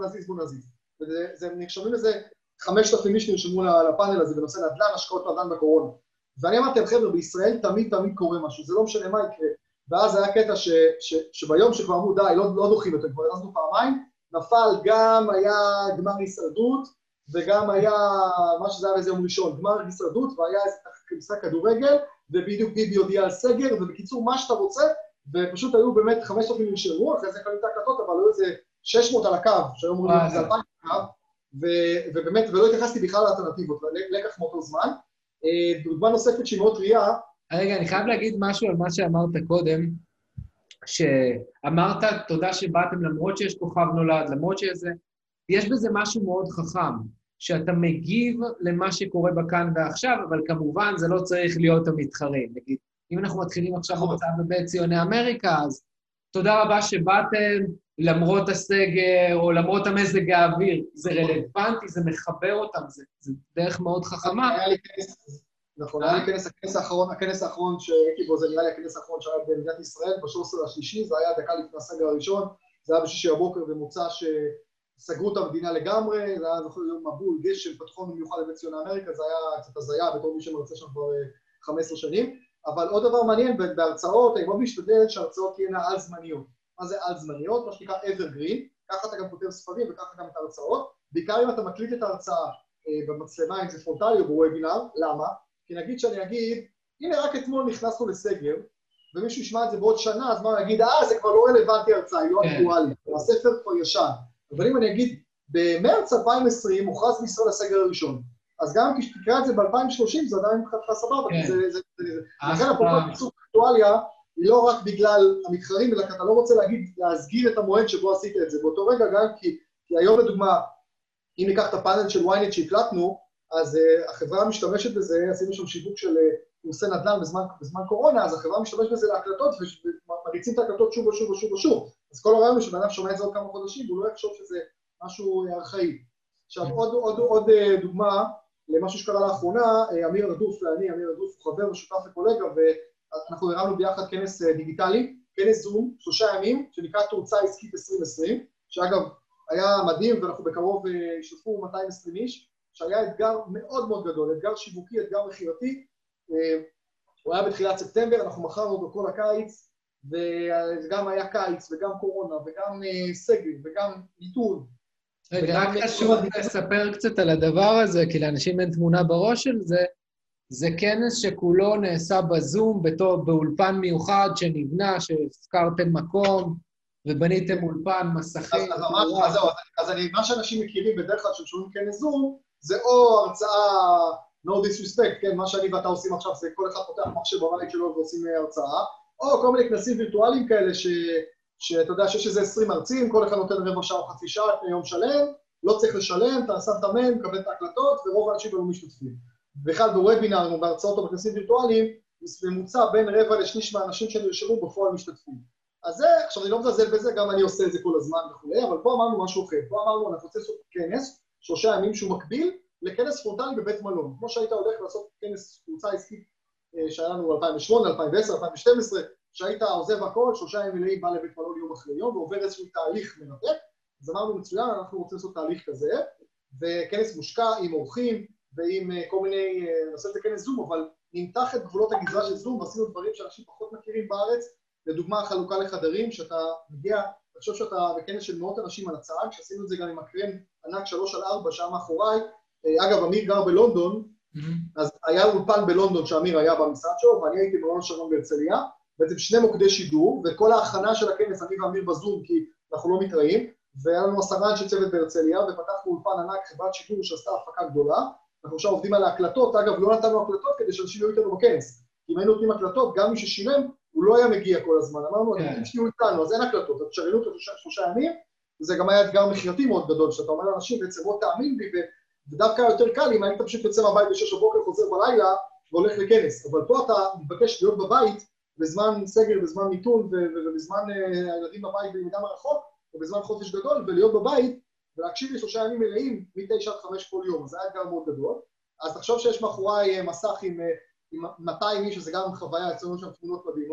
וזה נרשמים לזה 5,000 איש נרשמו לפאנל הזה בנושא נדל"ן, השקעות נדל"ן בקורונה. ואני אמרתי, חבר'ה, בישראל תמיד קורה משהו, זה לא משנה מה יקרה. ואז היה קטע שביום שכבר אמרו, די, לא דוחים יותר, כבר הרזנו פעמיים, נפל גם היה גמר הישרדות, וגם היה, מה שזה היה באיזה יום ראשון, גמר הישרדות, והיה איזה משחק כדורגל, ובדיוק ביבי הודיע על סגר, ובקיצור, מה שאתה רוצה, ופשוט היו באמת 5,000 נשארו, אחרי זה קנו את ההקלטות, אבל היו איזה 600 על הקו, שהיום אומרים לי, זה 2,000 על הקו, ובאמת, ולא התייחסתי בכלל לאלטרנטיבות, לקח מאותו זמן. דוגמה נוספת שהיא מאוד טריה.
רגע, אני חייב להגיד משהו על מה שאמרת קודם, שאמרת, תודה שבאתם, למרות שיש כוכב נולד, למרות שזה, יש בזה משהו מאוד חכם, שאתה מגיב למה שקורה בכאן ועכשיו, אבל כמובן זה לא צריך להיות המתחרים. נגיד, אם אנחנו מתחילים עכשיו הרצאה בבית ציוני אמריקה, אז תודה רבה שבאתם, למרות הסגר, או למרות המזג האוויר, זה רלוונטי, זה מחבר אותם, זה דרך מאוד חכמה.
נכון, היה לי הכנס האחרון שהייתי בו, זה נראה לי הכנס האחרון שהיה במדינת ישראל, ב-13/3, זה היה דקה לפני הסגר הראשון, זה היה בשישי הבוקר במוצא שסגרו את המדינה לגמרי, זה היה זוכר יום מבול, גשם, פתחון במיוחד לבית ציוני אמריקה, זה היה קצת הזיה בתור מי שמרצה שם כבר 15 שנים, אבל עוד דבר מעניין, בהרצאות, אני מאוד משתדל שההרצאות תהיינה על זמניות. מה זה על זמניות? מה שנקרא evergreen, ככה אתה גם כותב ספרים וככה גם את ההרצאות, בעיקר אם אתה מקליט את ההרצאה במצלמה, אם זה פרונטלי או בוובינר, למה? כי נגיד שאני אגיד, הנה רק אתמול נכנסנו לסגר, ומישהו ישמע את זה בעוד שנה, אז מה אני אגיד, זה כבר לא רלוונטי הרצאה, היא לא אקטואלית, הספר כבר ישן. אבל אם אני אגיד, במרץ 2020 מוכרז בישראל הסגר הראשון, אז גם כשתקרא את זה ב-2030, זה עדיין מבחינתך סבבה, לכן הפרופורציה אקטואליה היא לא רק בגלל המתחרים, אלא כי אתה לא רוצה להסגיר את המועד שבו עשית את זה. באותו רגע גם כי היום לדוגמה, אם ניקח את הפאנל של ynet שהקלטנו, אז החברה משתמשת בזה, עשינו שם שיווק של קורסי נדל"ן בזמן קורונה, אז החברה משתמשת בזה להקלטות, ומריצים את ההקלטות שוב ושוב ושוב ושוב. אז כל הרעיון הוא שבאדם שומע את זה עוד כמה חודשים, והוא לא יחשוב שזה משהו ארכאי. עכשיו, עוד דוגמה למשהו שקרה לאחרונה, אמיר רדוף ואני, אמיר רדוף הוא חבר ושותף וקולגה, ואנחנו הרמנו ביחד כנס דיגיטלי, כנס זום, 3 ימים, שנקרא תורצה עסקית 2020, שאגב היה מדהים, ואנחנו בקרוב השתתפו 220 איש, שהיה אתגר מאוד מאוד גדול, אתגר שיווקי, אתגר מכירתי, הוא היה בתחילת ספטמבר, אנחנו מכרנו אותו כל הקיץ, וגם היה קיץ, וגם קורונה, וגם סגר, וגם ניטול.
רגע, רק חשוב לספר קצת על הדבר הזה, כי לאנשים אין תמונה בראש של זה, זה כנס שכולו נעשה בזום, באולפן מיוחד שנבנה, שהזכרתם מקום, ובניתם אולפן, מסכים.
אז מה שאנשים מכירים בדרך כלל ששומעים כנס זום, זה או הרצאה no disrespect, כן, מה שאני ואתה עושים עכשיו, זה כל אחד פותח מחשב בבית שלו ועושים הרצאה, או כל מיני כנסים וירטואליים כאלה שאתה יודע שיש איזה 20 מרצים, כל אחד נותן רבע שעה או חצי שעה, יום שלם, לא צריך לשלם, אתה שם את המייל, מקבל את ההקלטות, ורוב האנשים לא משתתפים. בכלל בוובינרים או בהרצאות או בכנסים וירטואליים, ממוצע בין רבע לשליש מהאנשים שנרשמו בפועל משתתפים. אז זה, עכשיו אני לא מזלזל בזה, גם אני עושה את זה כל הזמן וכו', אבל פה אמרנו משהו אחר, פה אמרנו אנחנו רוצים לעשות כנס, 3 ימים שהוא מקביל לכנס פרונטלי בבית מלון, כמו שהיית הולך לעשות כנס קבוצה עסקית שהיה לנו 2008, 2010, 2012, שהיית עוזב הכל, 3 ימים מלאים בא לבית מלון יום אחרי יום, ועובר איזשהו תהליך מנתק, אז אמרנו מצוין, אנחנו רוצים לעשות תהליך כזה, וכנס מושקע עם אורחים ועם כל מיני, נעשה את זה כנס זום, אבל נמתח את גבולות הגזרה של זום, ועשינו דברים שאנשים פחות מכירים בארץ, לדוגמה החלוקה לחדרים, שאתה מגיע, אני חושב שאתה בכנס של מאות אנשים על הצעה, כשעשינו את זה גם עם הקרם ענק 3x4 שעה מאחוריי, אגב, אמיר גר בלונדון, אז היה אולפן בלונדון שאמיר היה במשרד שלו, ואני הייתי במלון שרון בהרצליה, בעצם 2 מוקדי שידור, וכל ההכנה של הכנס, אני ואמיר בזום, כי אנחנו לא מתראים, והיה לנו 10 אנשי צוות בהרצליה, ופתחנו אולפן ענק, חברת שידור שעשתה הפקה גדולה, אנחנו עכשיו עובדים על ההקלטות, אגב, לא נתנו הקלטות כדי שאנשים יהיו איתנו בכנס, אם היינו נותנים הקלטות, גם מי ששילם, הוא לא היה מגיע כל הזמן, אמרנו, אני רוצים שתהיו איתנו, אז אין הקלטות, אז תשריינו אותו 3 ימים, וזה גם היה אתגר מכירתי מאוד גדול, שאתה אומר לאנשים, בעצם בוא תאמין בי, ודווקא יותר קל, אם היית פשוט יוצא מהבית ב-6 בבוקר, חוזר בלילה, והולך לכנס, אבל פה אתה מתבקש להיות בבית, בזמן סגר, בזמן מיתון, ובזמן הילדים בבית בלמידה מרחוק, ובזמן חופש גדול, ולהיות בבית, ולהקשיב לי 3 ימים מלאים, מ-9 עד 5 כל יום, אז זה היה אתגר מאוד גדול. אז תחשוב שיש מאחוריי מסך עם 200 איש, שזה גם חוויה, יצאנו שם תמונות מדהימות,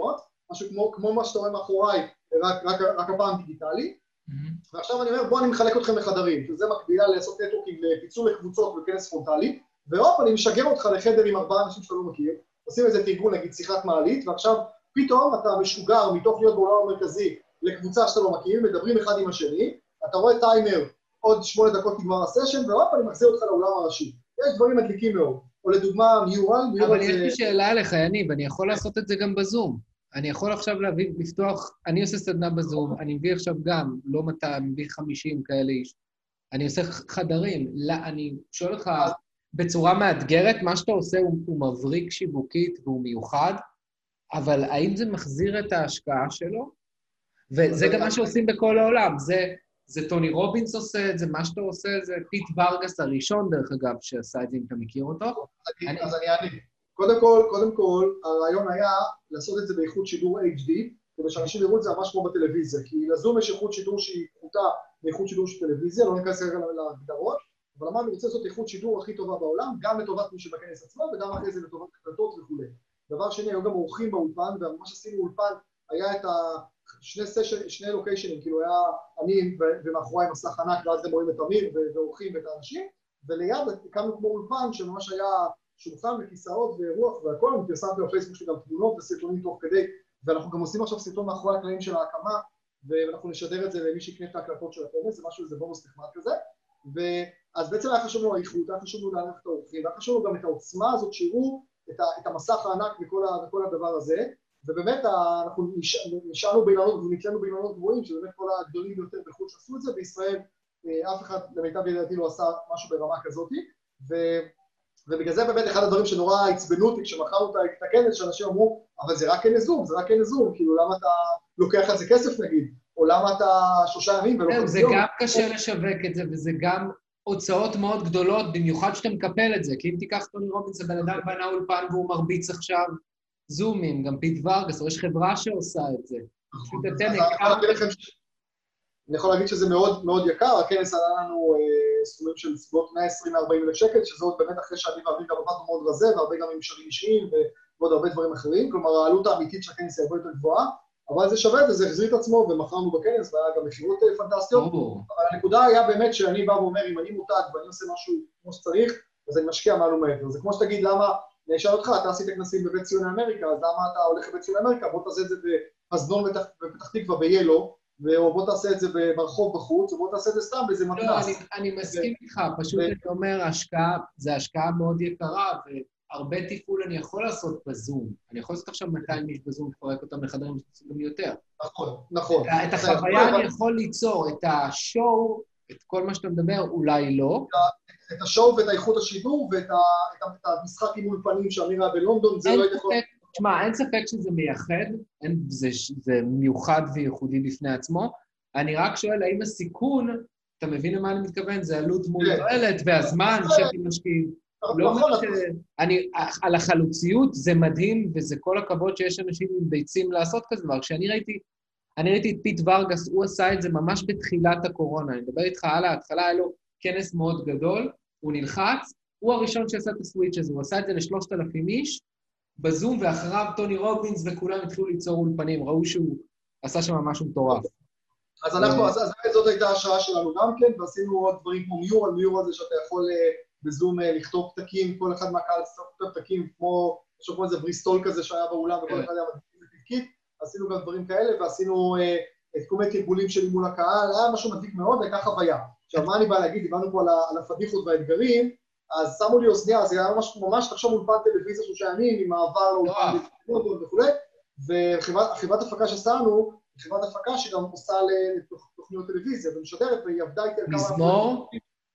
משהו כמו מה שאתה רואה מאחוריי, רק הפעם דיגיטלי, ועכשיו אני אומר, בוא אני מחלק אתכם לחדרים, שזה מקבילה לעשות נטוורקינג לפיצול לקבוצות וכנס פרונטלי, והופ, אני משגר אותך לחדר עם 4 אנשים שאתה לא מכיר, עושים איזה תרגול, נגיד שיחת מעלית, ועכשיו פתאום אתה משוגר מתוך להיות בעולם המרכזי לקבוצה שאתה לא מכיר, מדברים אחד עם השני, אתה רואה טיימר, עוד 8 דקות נגמר הסשן, והופ, אני מחזיר אותך לאולם הראשי. יש דברים מדליקים מאוד. או לדוגמה, מיורל
אבל יש לי שאלה לך, יניב, אני יכול לעשות את זה גם בזום. אני יכול עכשיו לפתוח, אני עושה סדנה בזום, אני מביא עכשיו גם, לא 200, מביא 50 כאלה איש. אני עושה חדרים. אני שואל אותך, בצורה מאתגרת, מה שאתה עושה הוא מבריק שיווקית והוא מיוחד, אבל האם זה מחזיר את ההשקעה שלו? וזה גם מה שעושים בכל העולם. זה טוני רובינס עושה את זה, מה שאתה עושה זה פיט ורגס הראשון, דרך אגב, שעשה את זה, אם אתה מכיר אותו.
אז אני אענה. קודם כל, הרעיון היה לעשות את זה באיכות שידור HD, כדי שאנשים יראו את זה ממש כמו בטלוויזיה, כי לזום יש איכות שידור שהיא פחותה מאיכות שידור של טלוויזיה, לא ניכנס כרגע להגדרות, אבל אמרנו, רוצה לעשות איכות שידור הכי טובה בעולם, גם לטובת מי שבכנס עצמו, וגם אחרי זה לטובת הקלטות וכו'. דבר שני, היו גם אורחים באולפן, וממש עשינו אולפן, היה את שני לוקיישנים, כאילו היה אני ומאחוריי מסך ענק, ואז גם רואים את אמיר ואורחים ואת האנשים, וליד הקמנו כמו אולפן שממש היה שולחן וכיסאות ואירוח והכל, אני פרסמתי בפייסבוק שלי גם תמונות וסרטונים תוך כדי, ואנחנו גם עושים עכשיו סרטון מאחורי הקלעים של ההקמה, ואנחנו נשדר את זה למי שיקנה את ההקלטות של הכנס, זה משהו, זה בונוס נחמד כזה, ואז בעצם היה חשוב לנו האיכות, היה חשוב לנו להערך את האורחים, והיה חשוב לנו גם את העוצמה הזאת שיראו את המסך הענק וכל הדבר הזה, ובאמת אנחנו נשארנו באילנות ונתלנו באילנות גבוהים, שבאמת כל הגדולים ביותר בחוץ שעשו את זה, בישראל אף אחד למיטב ידיעתי לא עשה משהו ברמה כזאת, ובגלל זה באמת אחד הדברים שנורא עצבנו אותי כשמכרנו את הכנס, שאנשים אמרו, אבל זה רק כנס זום, זה רק כנס זום, כאילו למה אתה לוקח על זה כסף נגיד, או למה אתה 3 ימים ולא חצי יום.
זה גם קשה לשווק את זה, וזה גם הוצאות מאוד גדולות, במיוחד שאתה מקפל את זה, כי אם תיקח טוני רובינס, הבן אדם בנה אולפן והוא מרביץ עכשיו זומים, גם פיט ורגס, או יש חברה שעושה את זה.
אני יכול להגיד שזה מאוד מאוד יקר, הכנס עלה לנו סכומים של סביבות 120-140 אלף שקל, שזה עוד באמת אחרי שאני ואביב גם עבדנו מאוד רזה, והרבה גם עם שרים אישיים ועוד הרבה דברים אחרים, כלומר העלות האמיתית של הכנס היא הרבה יותר גבוהה, אבל זה שווה וזה החזיר את עצמו, ומכרנו בכנס, והיה גם מחירות פנטסטיות, אבל הנקודה היה באמת שאני בא ואומר, אם אני מותג ואני עושה משהו כמו שצריך, אז אני משקיע מעל ומעבר. זה כמו שתגיד למה, אני אשאל אותך, אתה עשית כנסים בבית ציוני אמריקה, אז למה אתה הולך לבית ציוני אמריקה? בוא תעשה את זה בפזנון בפתח תקווה ביילו, או בוא תעשה את זה ברחוב בחוץ, או בוא תעשה את זה סתם באיזה מתנ"ס.
לא, אני מסכים איתך, פשוט אני אומר, זה השקעה מאוד יקרה, והרבה טיפול אני יכול לעשות בזום. אני יכול לעשות עכשיו 200 איש בזום, לפרק אותם לחדרים גם יותר.
נכון.
את החוויה אני יכול ליצור, את השואו, את כל מה שאתה מדבר, אולי לא.
את השואו ואת האיכות השידור, ואת המשחק עם אולפנים שאמיר היה בלונדון, זה לא יכול...
תשמע, אין ספק שזה מייחד, זה מיוחד וייחודי בפני עצמו. אני רק שואל, האם הסיכון, אתה מבין למה אני מתכוון? זה עלות מול תועלת, והזמן שאתם משקיעים. לא אומר על החלוציות זה מדהים, וזה כל הכבוד שיש אנשים עם ביצים לעשות כזה דבר. כשאני ראיתי את פיט ורגס, הוא עשה את זה ממש בתחילת הקורונה. אני מדבר איתך על ההתחלה, היה לו כנס מאוד גדול, הוא נלחץ, הוא הראשון שעשה את הסוויץ' הזה, הוא עשה את זה ל3,000 איש, בזום, ואחריו טוני רובינס וכולם התחילו ליצור אולפנים, ראו שהוא עשה שם משהו מטורף.
אז זאת הייתה ההשראה שלנו גם כן, ועשינו עוד דברים כמו מיור הזה שאתה יכול בזום לכתוב פתקים, כל אחד מהקהל לכתוב פתקים, כמו איזה בריסטול כזה שהיה באולם, וכל אחד היה מדהים ותפקיד, עשינו גם דברים כאלה, ועשינו את כל מיני תרגולים שלי מול הקהל, היה משהו מדליק מאוד, הייתה חוויה. עכשיו, מה אני בא להגיד? דיברנו פה על הפדיחות והאתגרים, אז שמו לי אוזניה, זה היה ממש תחשוב אולפן טלוויזיה 3 ימים, עם מעבר לאולפן וכו', וחברת הפקה שעשינו, היא חברת הפקה שגם עושה לתוכניות טלוויזיה, ומשדרת, והיא עבדה איתי על כמה...
מזמור?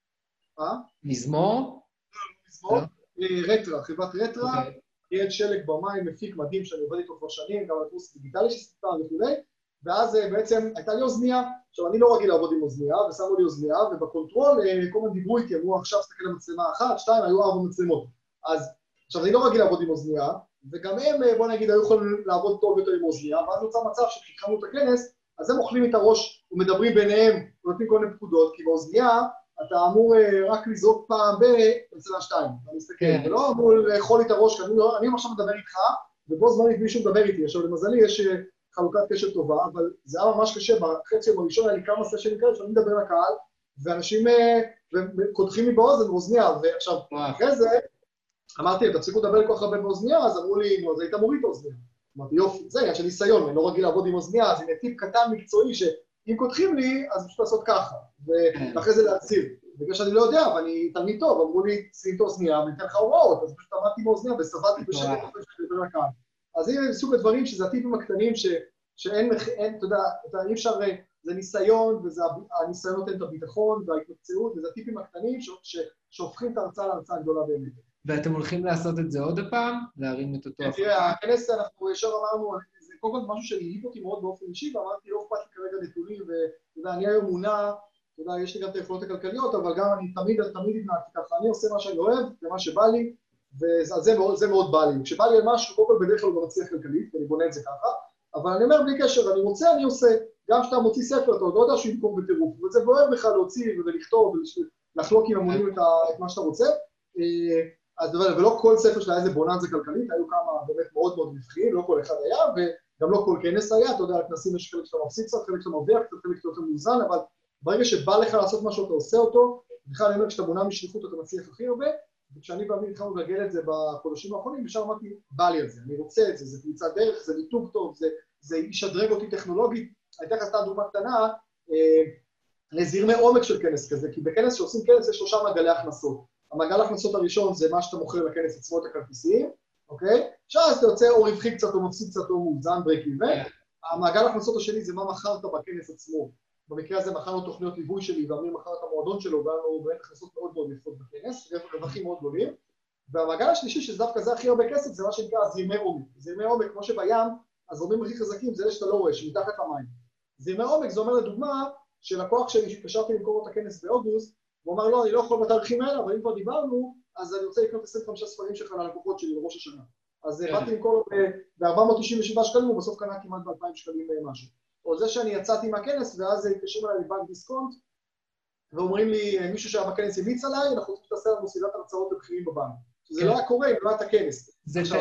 מזמור?
מזמור, רטרה, חברת רטרה, ירד שלג במים, מפיק מדהים שאני עובד איתו כבר שנים, גם על הקורס דיגיטלי שספר וכו', ואז בעצם הייתה לי אוזניה, עכשיו אני לא רגיל לעבוד עם אוזניה, ושמו לי אוזניה, ובקונטרול כל הזמן דיברו איתי, אמרו עכשיו סתכל למצלמה 1, 2, היו 4 מצלמות. אז עכשיו אני לא רגיל לעבוד עם אוזניה, וגם הם, בוא נגיד, היו יכולים לעבוד טוב יותר עם אוזניה, ואז נוצר מצב שכשהתחלנו את הכנס, אז הם אוכלים את הראש ומדברים ביניהם, ונותנים כל מיני פקודות, כי באוזניה אתה אמור רק לזרוק פעם במצלמה 2, אתה מסתכל, ולא אמור לאכול את הראש, כי אני עכשיו מדבר איתך, ובו זמנית מישהו מדבר איתי. עכשיו, למזלי יש חלוקת קשב טובה, אבל זה היה ממש קשה, בחצי יום הראשון היה לי כמה סשנים כאלה, שאני מדבר לקהל, ואנשים קודחים לי באוזניה, ועכשיו, אחרי זה, אמרתי, תפסיקו לדבר כל כך הרבה באוזניה, אז אמרו לי, נו, אז היית מוריד את האוזניה. אמרתי, יופי, זה עניין של ניסיון, אני לא רגיל לעבוד עם אוזניה, אז הנה טיפ קטן מקצועי, שאם קודחים לי, אז פשוט לעשות ככה, ואחרי זה להציר. בגלל שאני לא יודע, ואני תלמיד טוב, אמרו לי, שים את האוזניה, וניתן לך הוראות, אז פשוט עמדתי עם האוזניה וסבלתי בשקט אחרי שאני מדבר לקהל. אז הנה סוג הדברים שזה הטיפים הקטנים שאין, אתה יודע, אי אפשר, זה ניסיון, והניסיון נותן את הביטחון וההתמקצעות, וזה הטיפים הקטנים שהופכים את ההרצאה להרצאה הגדולה באמת.
ואתם הולכים לעשות את זה עוד הפעם? להרים את אותו...
תראה, הכנס אנחנו ישר אמרנו, זה קודם כל משהו שהעיב אותי מאוד באופן אישי, ואמרתי, לא אכפת לי כרגע נתונים, ואני היום מונע, אתה יודע, יש לי גם את היכולות הכלכליות, אבל גם אני תמיד התנהגתי ככה, אני עושה מה שאני אוהב, ומה שבא לי, וזה מאוד בא לי. כשבא לי על משהו, קודם כל בדרך כלל הוא מצליח כלכלית, ואני בונה את זה ככה, אבל אני אומר בלי קשר, אני רוצה, אני עושה. גם כשאתה מוציא ספר, אתה לא יודע שהוא ימכור בטירוף, וזה בוער לך להוציא ולכתוב ולחלוק עם המונים את מה שאתה רוצה. ולא כל ספר שלה איזה בוננזה כלכלית, היו כמה באמת מאוד מאוד רווחיים, לא כל אחד היה, וגם לא כל כנס היה, אתה יודע, הכנסים יש חלק שאתה מפסיד קצת, חלק שאתה מרוויח, חלק שאתה יותר מאוזן, אבל ברגע שבא לך לעשות משהו, אתה עושה אותו, בכלל אני אומר, כשאתה בונה משליחות, אתה מצליח הכי הרבה, וכשאני ואמיר התחלנו לגל את זה בחודשים האחרונים, ושם אמרתי, בא לי על זה, אני רוצה את זה, זה פריצת דרך, זה מיתוג טוב, זה ישדרג אותי טכנולוגית. הייתה לך סתם דוגמה קטנה, לזרמי עומק של כנס כזה, כי בכנס שעושים כנס יש 3 מעגלי הכנסות. המעגל ההכנסות הראשון זה מה שאתה מוכר לכנס עצמו את הכרטיסים, אוקיי? שאז אתה יוצא או רווחי קצת או מפסיד קצת או מאוזן ברייק איבן. המעגל ההכנסות השני זה מה מכרת בכנס עצמו. במקרה הזה מכרנו תוכניות ליווי שלי, ואמיר מכר את המועדון שלו, והיינו באמת הכנסות מאוד מאוד יפות בכנס, רווחים מאוד גדולים. והמעגל השלישי, שזה דווקא זה הכי הרבה כסף, זה מה שנקרא זרמי עומק. זרמי עומק, כמו שבים, הזרמים הכי חזקים זה אלה שאתה לא רואה, שמתחת למים. זרמי עומק, זה אומר לדוגמה, שלקוח שלי שהתקשרתי למכור את הכנס באוגוסט, הוא אמר, לא, אני לא יכול בתאריכים האלה, אבל אם כבר דיברנו, אז אני רוצה לקנות 25 ספרים שלך ללקוחות שלי לראש השנה. אז באתי למכור ב-497 שקלים, ובסוף קנה כמעט ב-2,000 שקלים משהו. או זה שאני יצאתי מהכנס, ואז התקשרים עליי לבנק דיסקונט, ואומרים לי, מישהו שהיה בכנס המליץ עליי, אנחנו רוצים לעשות לנו סדרת הרצאות לבכירים בבנק. זה לא היה קורא, אם לא היה את הכנס.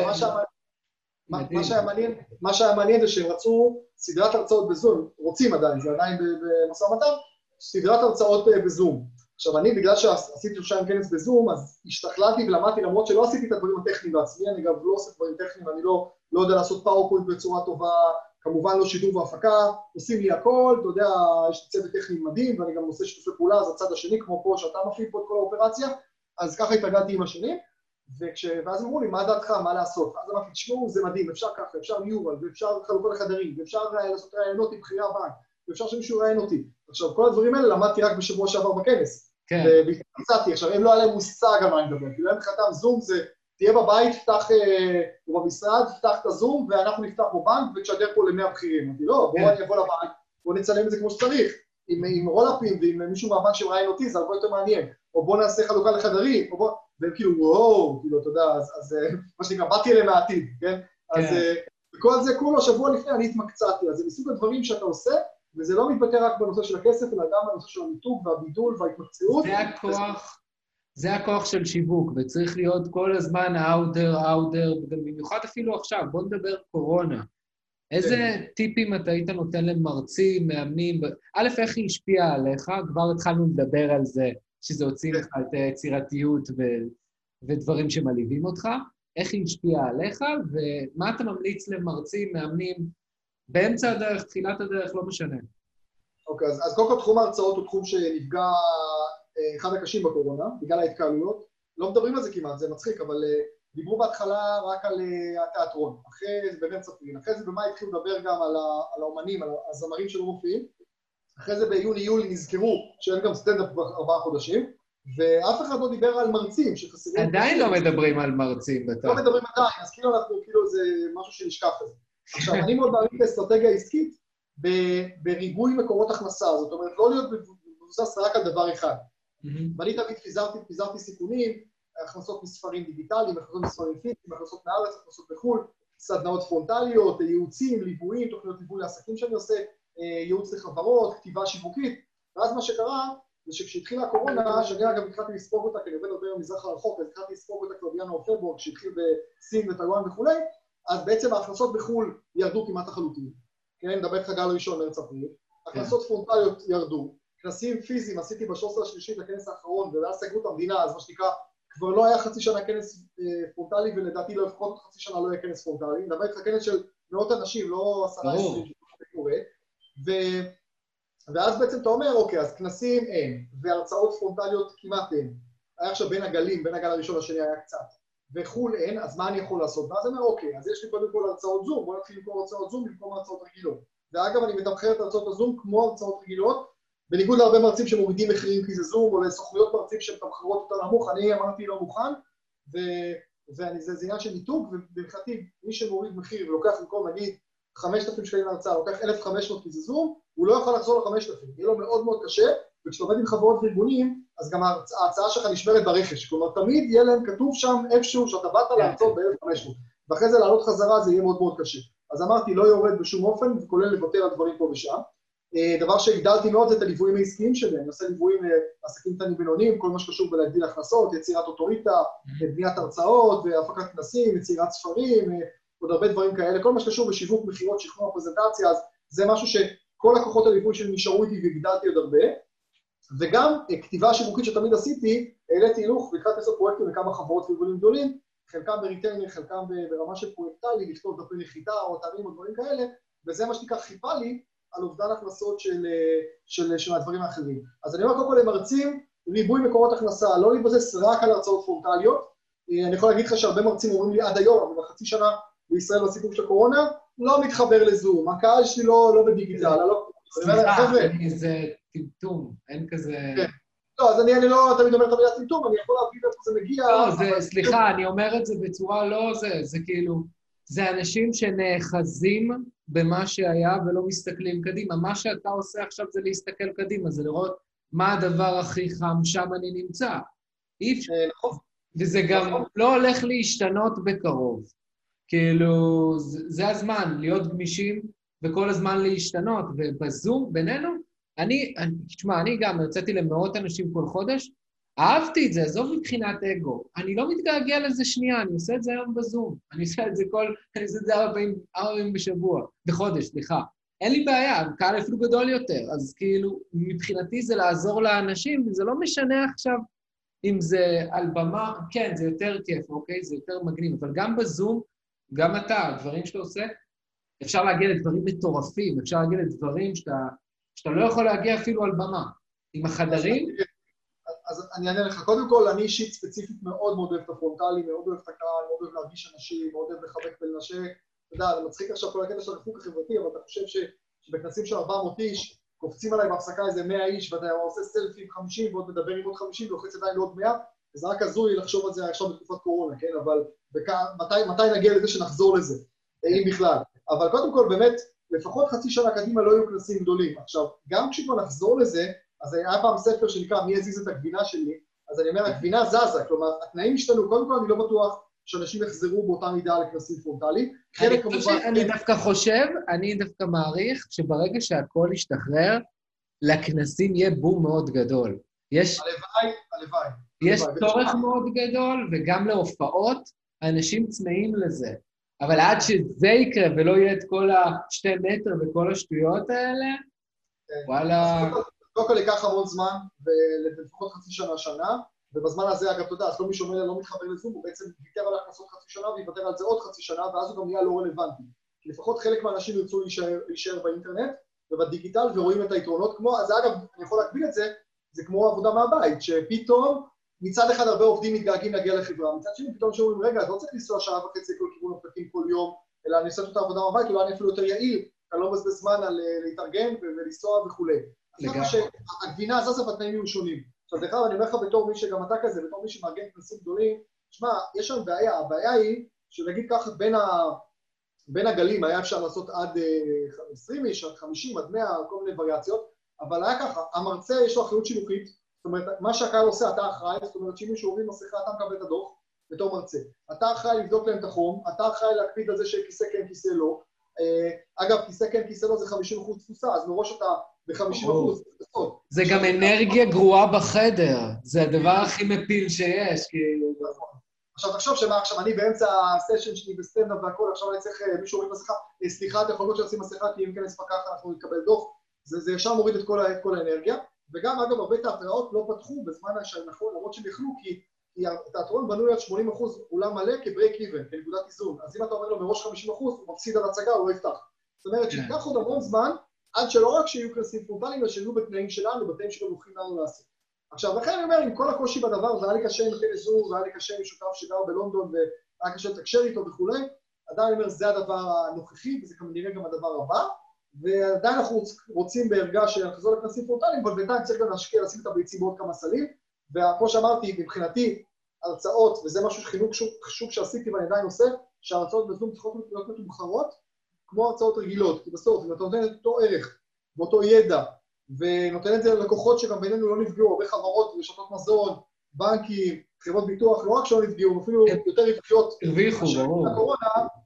מה שהיה מעניין זה שהם רצו סדרת הרצאות בזום, רוצים עדיין, זה עדיין במשא ומתן, סדרת הרצאות בזום. עכשיו, אני, בגלל שעשיתי 3 כנס בזום, אז השתכללתי ולמדתי, למרות שלא עשיתי את הדברים הטכניים בעצמי, אני גם לא עושה דברים טכניים, אני לא יודע לעשות פאורפוינט בצורה טובה, כמובן לא שידור והפקה, עושים לי הכל, אתה יודע, יש לי צוות טכני מדהים, ואני גם עושה שיתופי פעולה, אז הצד השני, כמו פה, שאתה מפעיל פה את כל האופרציה, אז ככה התרגלתי עם השנים, ואז אמרו לי, מה דעתך, מה לעשות? אז אמרתי, תשמעו, זה מדהים, אפשר ככה, אפשר ניורל, ואפשר חלוקות לחדרים, ואפשר לעשות רעיונות עם בחירה הבאה, ואפשר שמישהו רעיין אותי. עכשיו, כל הדברים האלה למדתי רק בשבוע שעבר בכנס.
כן.
והתמצאתי, עכשיו, הם לא היה להם מושג על מה אני מדבר, כאילו, הם מבחינתם זום זה, תהיה בבית, תפתח, או במשרד, תפתח את הזום, ואנחנו נפתח בבנק, ותשדר פה ל100 בכירים. אמרתי, לא, בואו אני אבוא לבנק, בואו נצלם את זה כמו שצריך, עם רולאפים, ועם מישהו מהבנק שמראיין אותי, זה הרבה יותר מעניין. או בואו נעשה חלוקה לחדרים, או בואו, והם כאילו, וואו, כאילו, אתה יודע, אז מה שנקרא, באתי אליהם מהעתיד, כן? אז כל זה, כולו שבוע לפני, אני התמקצעתי, אז זה מסוג הדברים שאתה עושה, וזה לא מתבטא רק בנושא של הכסף, אלא גם בנושא של המיתוג והבידול וההתמקצעות.
זה הכוח של שיווק, וצריך להיות כל הזמן אאודר, במיוחד אפילו עכשיו, בוא נדבר קורונה. איזה טיפים אתה היית נותן למרצים, מאמנים? א', איך היא השפיעה עליך? כבר התחלנו לדבר על זה, שזה הוציא לך את היצירתיות ודברים שמלהיבים אותך. איך היא השפיעה עליך, ומה אתה ממליץ למרצים, מאמנים, באמצע הדרך, תחילת הדרך, לא משנה.
אוקיי, אז קודם כל תחום ההרצאות הוא תחום שנפגע אחד הקשים בקורונה, בגלל ההתקהלויות. לא מדברים על זה כמעט, זה מצחיק, אבל דיברו בהתחלה רק על התיאטרון. אחרי זה במרץ אפריל, אחרי זה במאי התחילו לדבר גם על האומנים, על הזמרים שלא מופיעים. אחרי זה ביוני-יולי נזכרו שאין גם סטנדאפ כבר 4 חודשים, ואף אחד לא דיבר על מרצים שחסרים...
עדיין לא מדברים על מרצים, בטח.
לא מדברים עדיין, אז כאילו זה משהו שנשכח את זה. עכשיו, אני מאוד מעריך את האסטרטגיה העסקית בריבוי מקורות הכנסה, זאת אומרת, לא להיות מבוסס רק על דבר אחד. ואני תמיד פיזרתי סיכונים, הכנסות מספרים דיגיטליים, הכנסות מספרים פיזיים, הכנסות מארץ, הכנסות בחו"ל, סדנאות פרונטליות, ייעוצים, ליוויים, תוכניות ליווי לעסקים שאני עושה, ייעוץ לחברות, כתיבה שיווקית, ואז מה שקרה זה שכשהתחילה הקורונה, שאני אגב התחלתי לספוג אותה, כי אני עובד הרבה במזרח הרחוק, אז התחלתי לספוג אותה כבר בינואר או פברואר, כשהתחיל בסין וטייוואן וכולי, אז בעצם ההכנסות בחו"ל ירדו כמעט לחלוטין. כן, נדבר איתך גל ראשון מרץ-אפריל. הכנסות פרונטליות ירדו. כנסים פיזיים עשיתי ב-13 לכנס האחרון, ואז סגרו את המדינה, אז מה שנקרא, כבר לא היה חצי שנה כנס פרונטלי, ולדעתי לא לפחות חצי שנה לא יהיה כנס פרונטלי. נדבר איתך כנס של מאות אנשים, לא 10-20 שקורה. ואז בעצם אתה אומר, אוקיי, אז כנסים אין, והרצאות פרונטליות כמעט אין. היה עכשיו בין הגלים, בין הגל הראשון לשני היה קצת. וחול אין, אז מה אני יכול לעשות? ואז אני אומר, אוקיי, אז יש לי קודם כל הרצאות זום, בוא נתחיל למכור הרצאות זום במקום הרצאות רגילות. ואגב, אני מתמחר את הרצאות הזום כמו הרצאות רגילות, בניגוד להרבה מרצים שמורידים מחירים כי זה זום, או לסוכנויות מרצים שמתמחרות יותר נמוך, אני אמרתי לא מוכן, וזה עניין של ניתוק, ובבחינתי, מי שמוריד מחיר ולוקח במקום, נגיד, 5,000 שקלים להרצאה, לוקח 1,500 כי זה זום, הוא לא יכול לחזור ל-5,000, יהיה לו מאוד מאוד קשה, וכשאתה עובד עם חברות וארגונים, אז גם ההצעה שלך נשמרת ברכש, כלומר, תמיד יהיה להם כתוב שם איפשהו שאתה באת להרצות ב-1,500, ואחרי זה לעלות חזרה זה יהיה מאוד מאוד קשה. אז אמרתי, לא יורד בשום אופן, וכולל לוותר על דברים פה ושם. דבר שהגדלתי מאוד זה את הליוויים העסקיים שלי, אני עושה ליוויים לעסקים קטנים בינוניים, כל מה שקשור בלהגדיל הכנסות, יצירת אוטוריטה, בניית הרצאות והפקת כנסים, יצירת ספרים, עוד הרבה דברים כאלה, כל מה שקשור בשיווק, מכירות, שכנוע, פרזנטציה, אז זה משהו שכל לקוחות הליווי שלי נשארו איתי והגדלתי עוד הרבה, וגם כתיבה שיווקית שתמיד עשיתי, העליתי הילוך והתחלתי לעשות פרויקטים לכמה חברות וארגונים גדולים, חלקם בריטיינר, חלקם ברמה של פרויקטלי, לכתוב דפי נחיתה או אתרים או דברים כאלה, וזה מה שנקרא חיפה לי על אובדן הכנסות של הדברים האחרים. אז אני אומר קודם כל למרצים, ריבוי מקורות הכנסה, לא להתבסס רק על הרצאות פרונטליות. אני יכול להגיד לך שהרבה מרצים אומרים לי עד היום, אבל בחצי שנה בישראל בסיפור של הקורונה, לא מתחבר לזום, הקהל שלי לא בדיגיטל.
סליחה, זה טמטום, אין כזה...
לא, אז אני לא תמיד אומר את המילה טמטום, אני יכול להבין איפה זה מגיע...
לא, סליחה, אני אומר את זה בצורה לא זה כאילו, זה אנשים שנאחזים במה שהיה ולא מסתכלים קדימה. מה שאתה עושה עכשיו זה להסתכל קדימה, זה לראות מה הדבר הכי חם, שם אני נמצא. אי אפשר. וזה גם לא הולך להשתנות בקרוב. כאילו, זה הזמן, להיות גמישים וכל הזמן להשתנות. ובזום, בינינו, תשמע, אני גם יוצאתי למאות אנשים כל חודש, אהבתי את זה, עזוב מבחינת אגו. אני לא מתגעגע לזה שנייה, אני עושה את זה היום בזום. אני עושה את זה 4 פעמים בשבוע, בחודש, סליחה. אין לי בעיה, קהל אפילו גדול יותר. אז כאילו, מבחינתי זה לעזור לאנשים, וזה לא משנה עכשיו אם זה על במה, כן, זה יותר כיף, אוקיי? זה יותר מגניב, אבל גם בזום, גם אתה, הדברים שאתה עושה, אפשר להגיע לדברים מטורפים, אפשר להגיע לדברים שאתה לא יכול להגיע אפילו על במה. עם החדרים,
אז אני אענה לך. קודם כל, אני אישית ספציפית מאוד מאוד אוהב את הפרונטלי, מאוד אוהב את הקהל, מאוד אוהב להרגיש אנשים, מאוד אוהב לחבק ולנשק. אתה יודע, זה מצחיק עכשיו כל הקטע של הריחוק החברתי, אבל אתה חושב שבכנסים של 400 איש, קופצים עליי בהפסקה איזה 100 איש, ואתה עושה סלפי עם 50, ועוד מדבר עם עוד 50, ולוחץ עדיין לעוד 100, וזה רק הזוי לחשוב על זה עכשיו בתקופת קורונה, כן? אבל מתי נגיע לזה שנחזור לזה, אם בכלל? אבל קודם כל, באמת, לפחות חצי שנה קדימה לא יהיו כנסים גדולים. עכשיו, גם כשכבר נחזור לזה, אז היה פעם ספר שנקרא מי הזיז את הגבינה שלי, אז אני אומר, הגבינה זזה, כלומר, התנאים השתנו, קודם כל אני לא בטוח שאנשים יחזרו באותה מידה לכנסים פרונטליים.
אני דווקא מעריך שברגע שהכל ישתחרר, לכנסים יהיה בום מאוד גדול.
הלוואי.
יש צורך מאוד גדול, וגם להופעות, אנשים צמאים לזה. אבל עד שזה יקרה ולא יהיה את כל ה2 מטר וכל השטויות האלה, וואלה...
קודם כל ייקח המון זמן, ולפחות חצי שנה, ובזמן הזה, אגב, אתה יודע, אז לא מי שאומר לא מתחבר לזום, הוא בעצם ויתר על הכנסות חצי שנה, ויוותר על זה עוד חצי שנה, ואז הוא גם נהיה לא רלוונטי. כי לפחות חלק מהאנשים ירצו להישאר באינטרנט ובדיגיטל, ורואים את היתרונות כמו, אז אגב, אני יכול להקביל את זה, זה כמו עבודה מהבית, שפתאום מצד אחד הרבה עובדים מתגעגעים להגיע לחברה, מצד שני פתאום שאומרים, רגע, אתה לא צריך לנסוע שעה וחצי כל כיוון הפקקים כל יום, אלא אני עושה את העבודה מהבית, אולי אני אפילו יותר יעיל, אתה לא מבזבז זמן על להתארגן ולנסוע וכולי. אז ככה שהגבינה זזה בתנאים יהיו שונים. עכשיו, דרך אגב, אני אומר לך בתור מי שגם אתה כזה, בתור מי שמארגן כנסים גדולים, תשמע, יש שם בעיה, הבעיה היא שנגיד ככה בין הגלים היה אפשר לעשות עד 20 איש, עד 50, עד 100, כל מיני וריאציות, אבל היה ככה, המרצה יש לו אחריות שילוחית, זאת אומרת, מה שהקהל עושה, אתה אחראי, זאת אומרת, שאם מישהו עוברים מסכה, אתה מקבל את הדוח בתור מרצה. אתה אחראי לבדוק להם את החום, אתה אחראי להקפיד על זה שכיסא כן, כיסא לא. אגב, כיסא כן, כיסא לא זה 50% תפוסה, אז מראש אתה ב-50%.
זה גם אנרגיה גרועה בחדר, זה הדבר הכי מפיל שיש, כאילו.
עכשיו תחשוב שמה עכשיו, אני באמצע הסשן שלי בסטנדאפ והכל, עכשיו אני צריך מישהו הוריד מסכה, סליחה, אתה יכול להיות שעושים מסכה, כי אם כנס פקח אנחנו נקבל דוח, זה ישר מוריד את כל האנרגיה, וגם אגב הרבה תיאטראות לא פתחו בזמן שנכון, למרות שהם יכלו, כי התיאטרון בנוי עד 80% אולם מלא כברייק איבן, כנקודת איזון, אז אם אתה אומר לו מראש 50%, הוא מפסיד על הצגה, הוא לא יפתח. זאת אומרת שיקח עוד המון זמן, עד שלא רק שיהיו כנסים פרונטליים, אלא שיהיו בתנאים שלנו, בתנאים שלנו נוחים לנו לעשות. עכשיו, לכן אני אומר, עם כל הקושי בדבר, זה היה לי קשה עם כנס זום, והיה לי קשה עם שותף שגר בלונדון, והיה קשה לתקשר איתו וכולי, עדיין אני אומר, זה הדבר הנוכחי, וזה כנראה גם הדבר הבא, ועדיין אנחנו רוצים בערגה שנחזור לכנסים פרונטליים, אבל בינתיים צריך גם להשקיע, לשים את הביצים בעוד כמה סלים, וכמו שאמרתי, מבחינתי, הרצאות, וזה משהו חינוך חשוב שעשיתי ואני עדיין עושה, שההרצאות בזום צריכות להיות מתומחרות, כמו הרצאות רגילות, כי בסוף, אם אתה נותן את אותו ערך, באותו ידע, ונותן את זה ללקוחות שגם בינינו לא נפגעו, הרבה חברות, רשתות מזון, בנקים, חברות ביטוח, לא רק שלא נפגעו, אפילו יותר רווחיות.
הרוויחו, ברור.
הקורונה,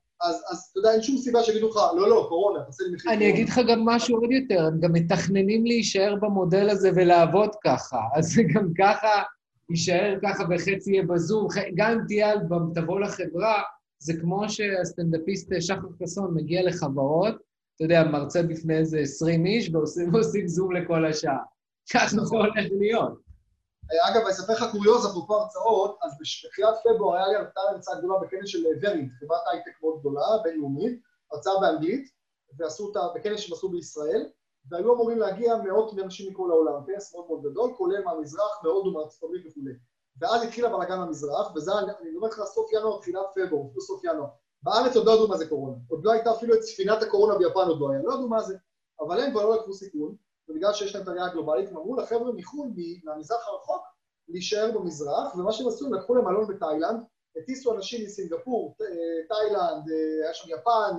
אז אתה יודע, אין שום סיבה שיגידו לך, לא, קורונה, תעשה לי מחיר.
אני אגיד לך גם משהו עוד יותר, הם גם מתכננים להישאר במודל הזה ולעבוד ככה, אז זה גם ככה יישאר ככה וחצי יהיה בזום, גם אם תהיה אלבום, תבוא לחברה, זה כמו שהסטנדאפיסט שחר חסון מגיע לחברות, אתה יודע, מרצה בפני איזה 20 איש, ועושים זום לכל השעה. ככה זה הולך להיות.
אגב, אני אספר לך קוריוז, אפרופו הרצאות, אז בתחילת פברואר היה לי הרצאה גדולה בכנס של ורינט, חברת הייטק מאוד גדולה, בינלאומית, הרצאה באנגלית, ועשו אותה בכנס שהם עשו בישראל, והיו אמורים להגיע מאות אנשים מכל העולם, כנס מאוד מאוד גדול, כולל מהמזרח, מהודו, מארצות הברית וכו'. ואז התחילה בלגן המזרח, וזה, אני אומר לך, סוף ינואר, תחילת פברואר, אפילו סוף ינואר. בארץ עוד לא ידעו מה זה קורונה, עוד לא הייתה אפילו את ספינת הקורונה ביפן עוד לא היה, לא ידעו מה זה, אבל הם כבר לא לקחו סיכון, ובגלל שיש להם את הראייה הגלובלית, הם אמרו לחבר'ה מחו"ל, מהמזרח הרחוק, להישאר במזרח, ומה שהם עשו, הם לקחו להם מלון בתאילנד, הטיסו אנשים מסינגפור, תאילנד, היה שם יפן,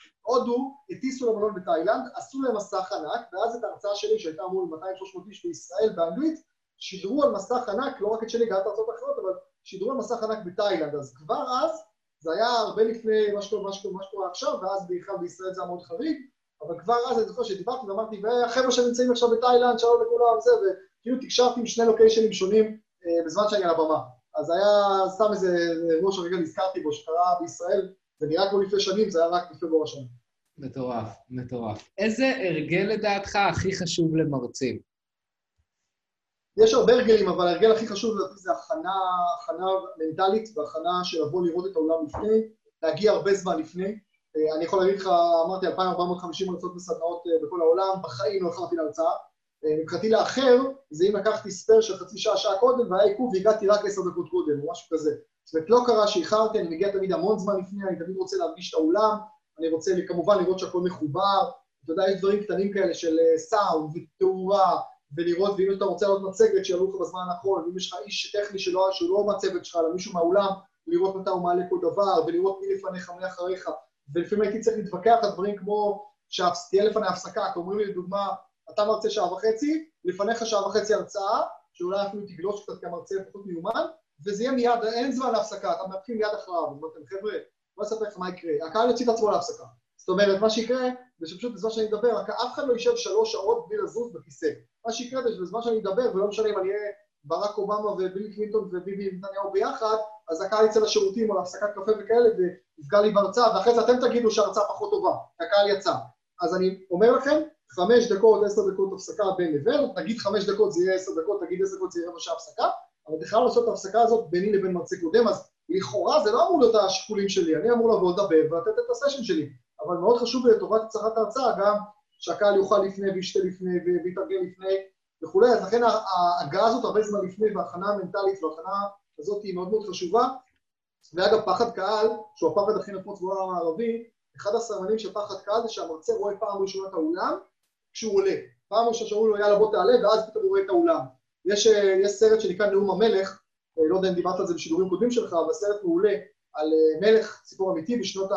הודו, הטיסו למלון בתאילנד, עשו להם מסך ענק, ואז את ההרצאה שלי, שהייתה אמור 200-300 איש בישראל באנגלית, שידרו על מסך ענק, לא רק את שלי, גם את ההרצאות האחרות, אבל שידרו על מסך ענק בתאילנד, אז כבר אז, זה היה הרבה לפני מה שקורה עכשיו, ואז בכלל בישראל זה היה מאוד חריג, אבל כבר אז אני זוכר שדיברתי ואמרתי, והחבר'ה שנמצאים עכשיו בתאילנד, שלום לכולם, זה, וכאילו תקשרתי עם שני לוקיישנים שונים בזמן שאני על הבמה. אז היה סתם איזה אירוע שרגע נזכרתי בו, שקרה בישראל, זה נראה כמו לפני שנים, זה היה רק בפברואר השנה.
מטורף, מטורף. איזה הרגל לדעתך הכי חשוב למרצים?
יש הרבה הרגלים, אבל ההרגל הכי חשוב לדעתי זה הכנה מנטלית, והכנה של לבוא לראות את העולם לפני, להגיע הרבה זמן לפני. אני יכול להגיד לך, אמרתי 2,450 הרצאות וסדנאות בכל העולם, בחיים לא הכנתי להרצאה. מבחינתי לאחר, זה אם לקחתי ספר של חצי שעה קודם, והיה עיכוב והגעתי רק 10 דקות קודם, או משהו כזה. זאת אומרת, לא קרה שאיחרתי, אני מגיע תמיד המון זמן לפני, אני תמיד רוצה להרגיש את האולם, אני רוצה כמובן לראות שהכל מחובר, אתה יודע, יש דברים קטנים כאלה של סאונד ותאורה, ולראות, ואם אתה רוצה לעלות מצגת שיעלו לך בזמן הנכון, ואם יש לך איש טכני שהוא לא מצגת שלך, אלא מישהו מהאולם, לראות מתי הוא מעלה כל דבר, ולראות מי לפניך, מי אחריך, ולפעמים הייתי צריך להתווכח על דברים כמו שתהיה לפני הפסקה, כי אומרים לי לדוגמה, אתה מרצה 1.5 שעות, לפניך 1.5 שעות הרצאה, שאולי אפילו תגלוש קצת כמרצה פחות מיומן, וזה יהיה מיד, אין זמן להפסקה, אתה מתחיל מיד אחריו, אז אמרתם, חבר'ה, בוא נספר לך מה יקרה, הקהל יוציא את עצמו להפסקה. זאת אומרת, מה שיקרה, זה שפשוט בזמן שאני מדבר, אף אחד לא יישב 3 שעות בלי לזוז בכיסא. מה שיקרה זה שבזמן שאני מדבר, ולא משנה אם אני אהיה ברק אובמה וביל קלינטון וביבי נתניהו ביחד, אז הקהל יצא לשירותים או להפסקת קפה וכאלה, ויפגע לי בהרצאה, ואחרי זה אתם תגידו שההרצאה פחות טובה, הקהל יצא. אז אני אומר לכם, 5 דקות, 10 דקות הפסקה בין לבין, תגיד 5 דקות זה יהיה 10 דקות, תגיד 10 דקות זה יהיה רבע שעה הפסקה, אבל בכלל לעשות את ההפסקה הזאת ביני לבין מרצה קודם, אז לכאורה זה לא אמור להיות השיקולים שלי, אני אמור לבוא לדבר ולתת את הסשן שלי, אבל מאוד חשוב לי לטובת הצלחת ההרצאה גם שהקהל יאכל לפני וישתה לפני ויתארגן לפני וכולי, אז לכן ההגעה הזאת הרבה זמן לפני וההכנה המנטלית וההכנה הזאת היא מאוד מאוד חשובה, ואגב פחד קהל, שהוא הפחד הכי נפוץ בעולם הערבי, אחד הסמנים של פחד קהל זה שהמרצה רואה פעם ראשונה את האולם כשהוא עולה, פעם ראשונה שאומרים לו יאללה בוא תעלה ואז פתאום הוא רואה את האולם. יש סרט שנקרא נאום המלך, לא יודע אם דיברת על זה בשידורים קודמים שלך, אבל סרט מעולה על מלך, סיפור אמיתי בשנות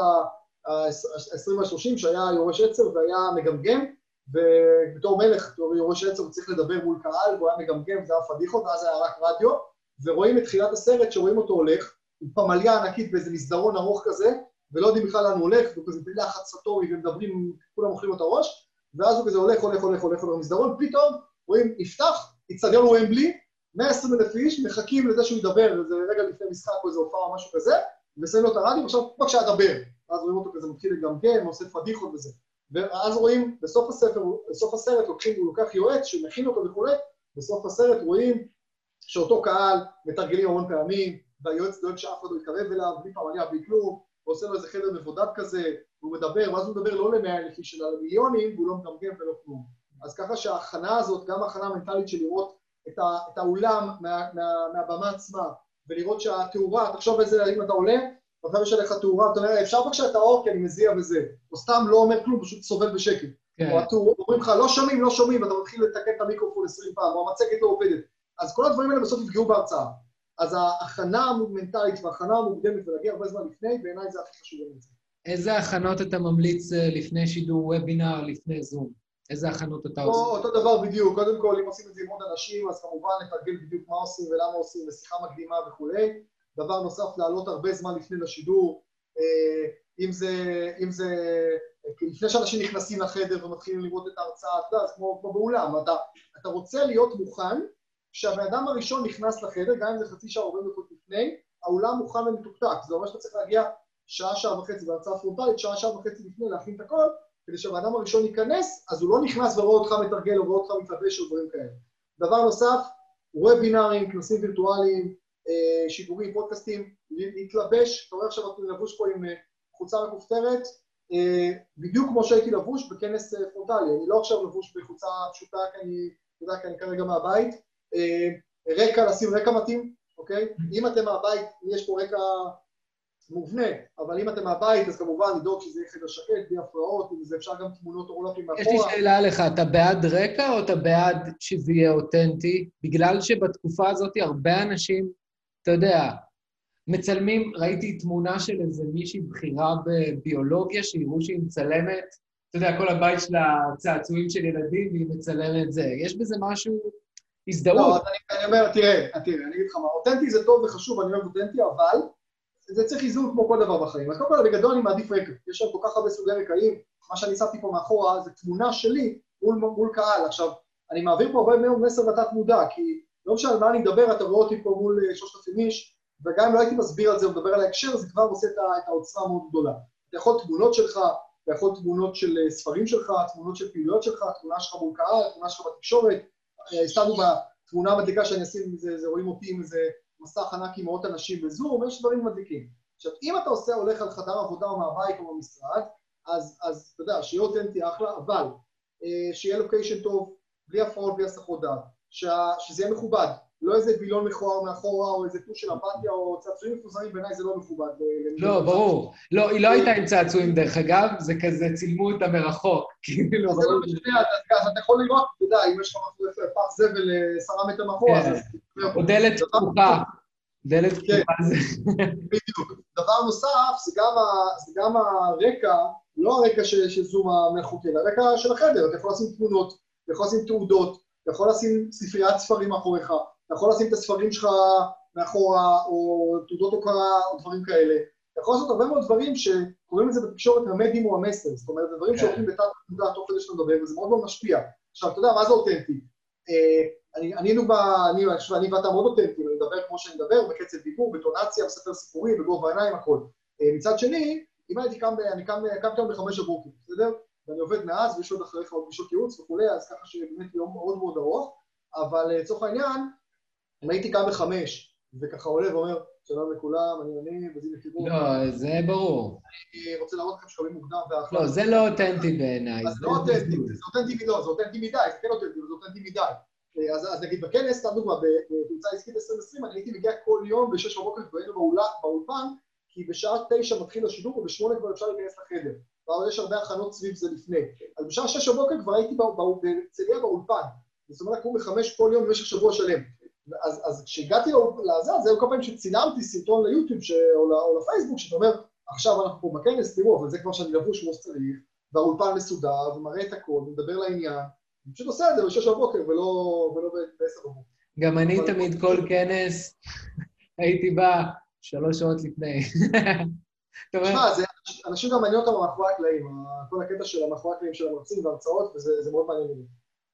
ה-20 וה-30 שהיה יורש עצר והיה מגמגם, ובתור מלך, בתור יורש עצר הוא צריך לדבר מול קהל, והוא היה מגמגם, זה היה פדיחות, ואז היה רק רדיו, ורואים את תחילת הסרט שרואים אותו הולך, עם פמליה ענקית באיזה מסדרון ארוך כזה, ולא יודעים בכלל לאן הוא הולך, והוא כזה בלחץ סטורי ומדברים, כולם אוכלים לו את הראש, ואז הוא כזה הולך במסדרון, פתאום רואים, יפתח, אצטדיון ומבלי, 120,000 איש מחכים לזה שהוא ידבר, זה רגע לפני משחק או איזה הופעה או משהו כזה, ושמים לו את הרדיו, ועכשיו בבקשה אדבר. אז רואים אותו כזה מתחיל לגמגם, עושה פדיחות וזה. ואז רואים, בסוף הסרט הוא לוקח יועץ שמכין אותו וכו', בסוף הסרט רואים שאותו קהל מתרגלים המון פעמים, והיועץ דואג שאף אחד לא יתקרב אליו, בלי פרמניה, בלי כלום, ועושה לו איזה חדר מבודד כזה, והוא מדבר, ואז הוא מדבר לא ל100,000 איש, אלא למיליונים, והוא לא מגמגם ולא כלום. אז ככה שההכנה הזאת, גם ההכנה המנטלית של לראות את האולם מהבמה עצמה, ולראות שהתאורה, תחשוב איזה, אם אתה עולה, ואתה יש עליך תאורה, אתה אומר, אפשר בבקשה את האור, כי אני מזיע וזה, או סתם לא אומר כלום, פשוט סובל בשקט. או אומרים לך, לא שומעים, ואתה מתחיל לתקן את המיקרופון 20 פעם, או המצגת לא עובדת. אז כל הדברים האלה בסוף יפגעו בהרצאה. אז ההכנה המנטלית וההכנה המוקדמת, ולהגיע הרבה זמן לפני, בעיניי זה הכי חשוב את זה.
איזה הכנות אתה ממליץ לפני שידור וובינר, לפני זום? איזה הכנות אתה עושה?
אותו דבר בדיוק. קודם כל, אם עושים את זה עם עוד אנשים, אז כמובן נתרגל בדיוק מה עושים ולמה עושים, ושיחה מקדימה וכו'. דבר נוסף, לעלות הרבה זמן לפני לשידור, אם זה לפני שאנשים נכנסים לחדר ומתחילים לראות את ההרצאה, אתה יודע, זה כמו באולם, אתה רוצה להיות מוכן, כשהבן אדם הראשון נכנס לחדר, גם אם זה חצי שעה או 40 דקות לפני, האולם מוכן ומתוקתק. זה אומר שאתה צריך להגיע שעה וחצי בהרצאה פרונטלית, שעה וחצי לפני להכין את הכל, כדי שהבן אדם הראשון ייכנס, אז הוא לא נכנס ורואה אותך מתרגל או רואה אותך מתלבש או דברים כאלה. דבר נוסף, וובינרים, כנסים וירטואליים, שידורים, פודקאסטים, להתלבש, אתה רואה עכשיו אני לבוש פה עם חולצה מכופתרת, בדיוק כמו שהייתי לבוש בכנס פרונטלי, אני לא עכשיו לבוש בחולצה פשוטה, כי אני כרגע מהבית, רקע, לשים רקע מתאים, אוקיי? אם אתם מהבית, יש פה רקע מובנה, אבל אם אתם מהבית, אז כמובן לדאוג שזה יהיה חדר שקט, בלי הפרעות, וזה אפשר גם תמונות אורלופים מאחורה.
יש לי שאלה לך, אתה בעד רקע או אתה בעד שזה יהיה אותנטי? בגלל שבתקופה הזאת הרבה אנשים, אתה יודע, מצלמים, ראיתי תמונה של איזה מישהי בכירה בביולוגיה, שיראו שהיא מצלמת, אתה יודע, כל הבית של הצעצועים של ילדים, והיא מצלמת זה. יש בזה משהו, הזדהות.
לא, אני אומר, תראה, אני אגיד לך מה, אותנטי זה טוב וחשוב, אני אוהב אותנטי, אבל זה צריך איזון כמו כל דבר בחיים. אז קודם כל, בגדול אני מעדיף רקע. יש שם כל כך הרבה סוגי רקעים, מה שאני שמתי פה מאחורה, זה תמונה שלי מול קהל. עכשיו, אני מעביר פה הרבה מאוד מסר לתת מודע, כי לא משנה על מה אני מדבר, אתה רואה אותי פה מול 3,000 איש, וגם אם לא הייתי מסביר על זה או מדבר על ההקשר, זה כבר עושה את העוצמה מאוד גדולה. אתה יכול תמונות שלך, אתה יכול תמונות של ספרים שלך, תמונות של פעילויות שלך, תמונה שלך מול קהל, תמונה שלך בתקשורת. הסתנו בתמונה המדליקה שאני אשים, זה רואים אותי עם איזה מסך ענק עם מאות אנשים בזום, יש דברים מדליקים. עכשיו, אם אתה הולך על חדר עבודה או מהבית או במשרד, אז אתה יודע, שיהיה אותנטי אחלה, אבל שיהיה לוקיישן טוב, בלי הפרעות, בלי הסחות דעת, שזה יהיה מכובד, לא איזה וילון מכוער מאחורה, או איזה טוש של אמפתיה, או צעצועים מפוזרים, בעיניי זה לא מכובד.
לא, ברור. לא, היא לא הייתה עם צעצועים דרך אגב, זה כזה צילמו אותה מרחוק.
אז זה לא משנה, אז אתה יכול לראות, אתה יודע, אם יש לך פח זבל 10 מטר מאחורה, אז...
או דלת פתוחה. דלת פתוחה זה...
בדיוק. דבר נוסף, זה גם הרקע, לא הרקע של זום המלאכותי, אלא הרקע של החדר. אתה יכול לשים תמונות, אתה יכול לשים תעודות, אתה יכול לשים ספריית ספרים מאחוריך, אתה יכול לשים את הספרים שלך מאחורה, או תעודות הוקרה, או דברים כאלה. אתה יכול לעשות הרבה מאוד דברים שקוראים את זה בתקשורת המדים או המסר, זאת אומרת, זה דברים שהולכים בתת תעודה תוך כדי שאתה מדבר, וזה מאוד מאוד משפיע. עכשיו, אתה יודע, מה זה אותנטי? אני ואתה מאוד אותנטי, אני מדבר כמו שאני מדבר, בקצב דיבור, בטונציה, בספר סיפורים, בגובה העיניים, הכל. מצד שני, אם אני קמתי היום ב5 בבוקר, בסדר? ואני עובד מאז, ויש עוד אחריך עוד פגישות ייעוץ וכולי, אז ככה שבאמת יום מאוד מאוד ארוך, אבל לצורך העניין, אם הייתי קם ב5, וככה עולה ואומר, שלום לכולם, אני בזין לכיוון.
לא, זה ברור.
אני רוצה להראות לכם שקולים מוקדם ואחלה.
לא, זה לא אותנטי בעיניי.
אז לא אותנטי, זה אותנטי מדי, זה כן אותנטי, זה אותנטי מדי. אז נגיד בכנס, סתם דוגמה, בתאוצה עסקית 2020, אני הייתי מגיע כל יום ב6 בבוקר והיינו באולפן, כי בשעה 9 מתחיל השידור וב8 כבר אפשר להיכנס לחדר. אבל יש הרבה הכנות סביב זה לפני. אז בשעה 6 בבוקר כבר הייתי בהרצליה באולפן. זאת אומרת, קום ב5 כל יום במשך שבוע שלם. אז כשהגעתי לזה, זה היו כמה פעמים שצילמתי סרטון ליוטיוב או לפייסבוק, שאתה אומר, עכשיו אנחנו פה בכנס, תראו, אבל זה כבר שאני לבוש כמו שצריך, והאולפן מסודר, ומראה את הכל, ומדבר לעניין. אני פשוט עושה את זה ב6 בבוקר, ולא ב10 בבוקר.
גם אני תמיד כל כנס הייתי בא 3 שעות לפני.
תשמע, אנשים גם מעניין אותם מאחורי הקלעים, כל הקטע של מאחורי הקלעים של המרצים והרצאות, וזה מאוד מעניין לי.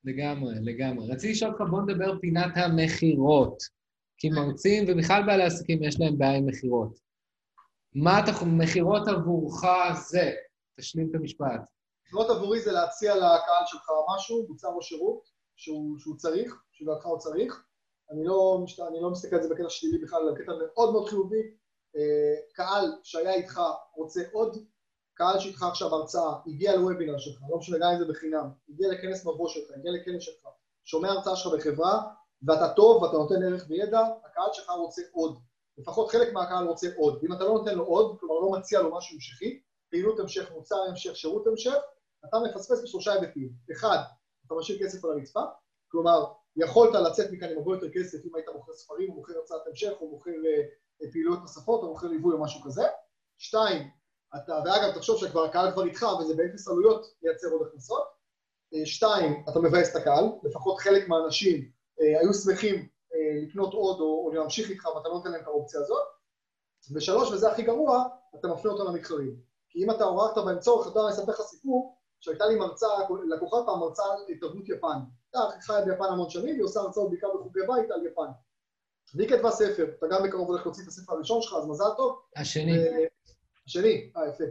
לגמרי, לגמרי. רציתי לשאול אותך, בוא נדבר פינת המחירות. כי מרצים ובכלל בעלי עסקים יש להם בעיה עם מחירות. מה מחירות עבורך זה? תשלים את המשפט.
מחירות עבורי זה להציע לקהל שלך משהו, מוצר או שירות, שהוא צריך, שלדעתך הוא צריך. אני לא מסתכל על זה בקטע שלילי בכלל, על קטע מאוד מאוד חיובי. קהל שהיה איתך רוצה עוד, קהל שאיתך עכשיו הרצאה, הגיע לוובינר שלך, לא משנה גם אם זה בחינם, הגיע לכנס מבוא שלך, הגיע לכנס שלך, שומע הרצאה שלך בחברה, ואתה טוב ואתה נותן ערך וידע, הקהל שלך רוצה עוד. לפחות חלק מהקהל רוצה עוד. ואם אתה לא נותן לו עוד, כלומר לא מציע לו משהו המשכי, פעילות המשך, מוצר המשך, שירות המשך, אתה מפספס בשלושה היבטים. אחד, אתה משאיר כסף על הרצפה, כלומר, יכולת לצאת מכאן עם הרבה יותר כסף אם היית מוכר ספרים, או מוכר הרצאת המשך, או מוכר פעילויות נוספות, או מוכר ליווי או משהו כזה. שתיים, ואגב, תחשוב שכבר הקהל כבר איתך, וזה באפס עלויות לייצר עוד הכנסות. שתיים, אתה מבאס את הקהל, לפחות חלק מהאנשים היו שמחים לקנות עוד או להמשיך איתך, ואתה לא נותן להם את האופציה הזאת. ושלוש, וזה הכי גרוע, אתה מפנה אותם למתחרים. כי אם אתה עוררת בהם צורך, אתה אספר לך סיפור, שהייתה לי מרצה, לקוחה פעם מרצה על תרבות יפן. היא חיה ביפן המון שנים, היא עושה הרצאות בעיקר בחוגי בית על יפן. והיא כתבה ספר, אתה גם בקרוב הולך להוציא את הספר הראשון שלך, אז מזל טוב.
השני.
השני, יפה.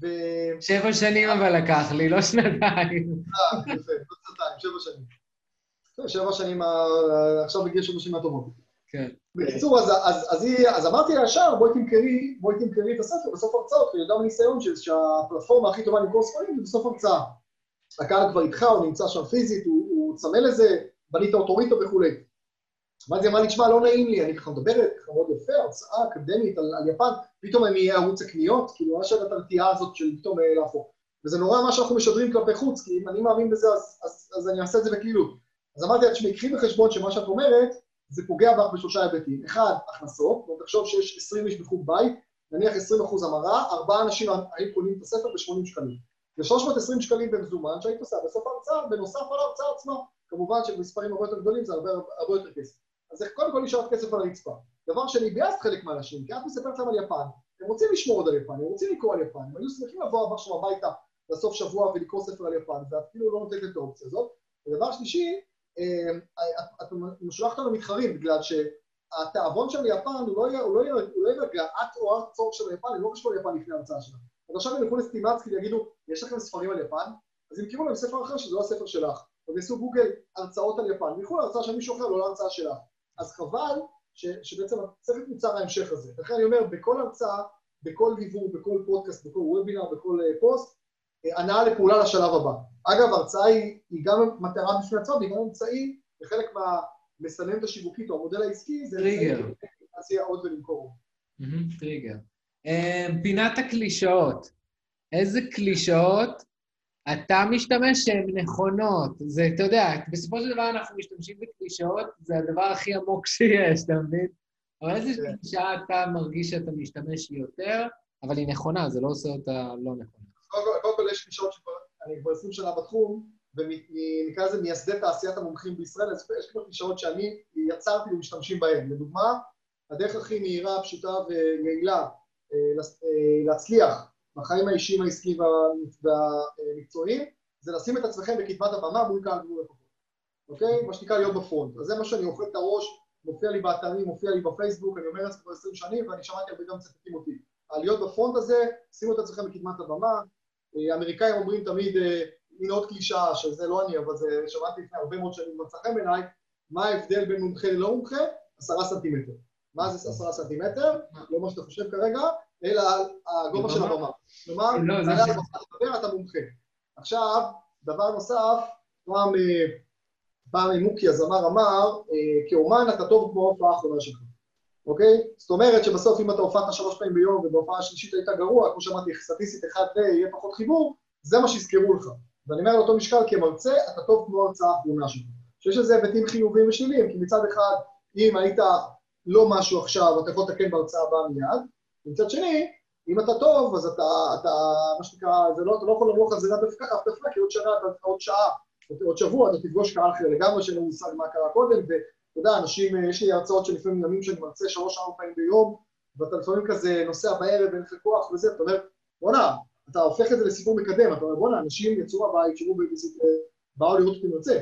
7 שנים אבל לקח לי, לא שנתיים.
יפה, לא שנתיים, 7 שנים. 7 שנים, עכשיו בגיל 7 שנים הטובות.
כן.
בקיצור, אז אמרתי לה ישר, בואי תמכרי את הספר בסוף הרצאות, כי יודע מניסיון שהפלטפורמה הכי טובה למכור ספרים זה בסוף הרצאה. הקהל כבר איתך, הוא נמצא שם פיזית, הוא צמא לזה, בנית אוטוריטו וכו'. אמרתי, אמרה לי, תשמע, לא נעים לי, אני ככה מדברת, ככה מאוד יפה, הרצאה אקדמית על יפן, פתאום אני אהיה ערוץ הקניות, כאילו, מה שאתה הרתיעה הזאת של פתאום להפוך. וזה נורא מה שאנחנו משדרים כלפי חוץ, כי אם אני מאמין בזה, אז אני אעשה את זה בכלילות. אז אמרתי, תשמעי, קחי בחשבון שמה שאת אומרת, זה פוגע בך בשלושה היבטים. אחד, הכנסות, ותחשוב שיש 20 איש בחוג בית, נניח 20% המרה, 4 אנשים היו קונים את הספר ב-80 שקלים. ו-320 שקלים במזומן שהיית עושה בסוף ההרצאה, בנוסף על ההרצאה עצמה. כמובן שבמספרים הרבה יותר גדולים זה הרבה יותר כסף. אז קודם כל נשארת כסף על הרצפה. דבר שני, ביאסת חלק מהאנשים, כי את מספרת להם על יפן, הם רוצים לשמור עוד על יפן, הם רוצים לקרוא על יפן, הם היו שמחים לבוא עכשיו הביתה לסוף שבוע ולקרוא ספר על יפן, ואת כאילו לא נותנת את האופציה הזאת. ודבר שלישי, את משולחת לנו מתחרים, בגלל שהתאבון של יפן הוא לא ירגע, את או הצורך של היפן, הם לא חשבו על יפן לפני ההרצאה שלך. אז עכשיו הם ילכו לסטימצקי ויגידו, יש לכם ספרים על יפן? אז הם יקראו להם ספר אחר שזה לא הספר שלך. אז יעשו גוגל הרצאות על יפן, וילכו להרצאה של מישהו אחר, לא להרצאה שלך. אז חבל שבעצם צריך את מוצר ההמשך הזה. לכן אני אומר, בכל הרצאה, בכל דיבור, בכל פודקאסט, בכל וובינר, בכל פוסט, הנעה לפעולה לשלב הבא. אגב, ההרצאה היא גם מטרה בפני עצמה, והיא גם אמצעי, וחלק מהמסננת השיווקית או המודל העסקי, זה להציע עוד ולמכור.
טריגר. פינת הקלישאות. איזה קלישאות אתה משתמש שהן נכונות? זה, אתה יודע, בסופו של דבר אנחנו משתמשים בקלישאות, זה הדבר הכי עמוק שיש, אתה מבין? אבל איזה קלישה אתה מרגיש שאתה משתמש יותר, אבל היא נכונה, זה לא עושה אותה לא נכונה.
קודם כל יש קלישאות שאני כבר 20 שנה בתחום, ונקרא לזה מייסדי תעשיית המומחים בישראל, אז יש כבר קלישאות שאני יצרתי ומשתמשים בהן. לדוגמה, הדרך הכי מהירה, פשוטה ויעילה להצליח בחיים האישיים, העסקיים והמקצועיים, זה לשים את עצמכם בקדמת הבמה מול קהל גבול לקוחות. אוקיי? מה שנקרא להיות בפרונט. אז זה מה שאני אוכל את הראש, מופיע לי באתרים, מופיע לי בפייסבוק, אני אומר את זה כבר 20 שנים, ואני שמעתי הרבה גם מצטטים אותי. להיות בפרונט הזה, שימו את עצמכם בקדמת הבמה. האמריקאים אומרים תמיד, הנה עוד קלישה, שזה לא אני, אבל זה שמעתי לפני הרבה מאוד שנים מצא חן בעיניי, מה ההבדל בין מומחה ללא מומחה? 10 סנטימטר. מה זה 10 סנטימטר? לא מה שאתה חושב כרגע, אלא הגובה של הבמה. כלומר, אתה מומחה. עכשיו, דבר נוסף, פעם מוקי הזמר אמר, כאומן אתה טוב כמו ההופעה האחרונה שלך. אוקיי? זאת אומרת שבסוף אם אתה הופעת 3 פעמים ביום ובהופעה השלישית היית גרוע, כמו שאמרתי, סטטיסטית 1 יהיה פחות חיבור, זה מה שיזכרו לך. ואני אומר על אותו משקל, כמרצה, אתה טוב כמו ההרצאה האחרונה שלך. שיש לזה היבטים חיוביים ושליליים, כי מצד אחד, אם היית לא משהו עכשיו, אתה יכול לתקן בהרצאה הבאה מיד, ומצד שני, אם אתה טוב, אז אתה מה שנקרא, אתה לא יכול לרוח על זה אף דווקא, כי עוד שנה, עוד שעה, עוד שבוע, אתה תפגוש קהל אחר לגמרי, שאין לנו מושג מה קרה קודם, ואתה יודע, אנשים, יש לי הרצאות שלפעמים ימים שאני מרצה 3-4 פעמים ביום, ואתה לפעמים כזה נוסע בערב, אין לך כוח וזה, אתה אומר, בוא'נה, אתה הופך את זה לסיפור מקדם, אתה אומר, בוא'נה, אנשים יצאו הבית, באו לראות אותי מרצה.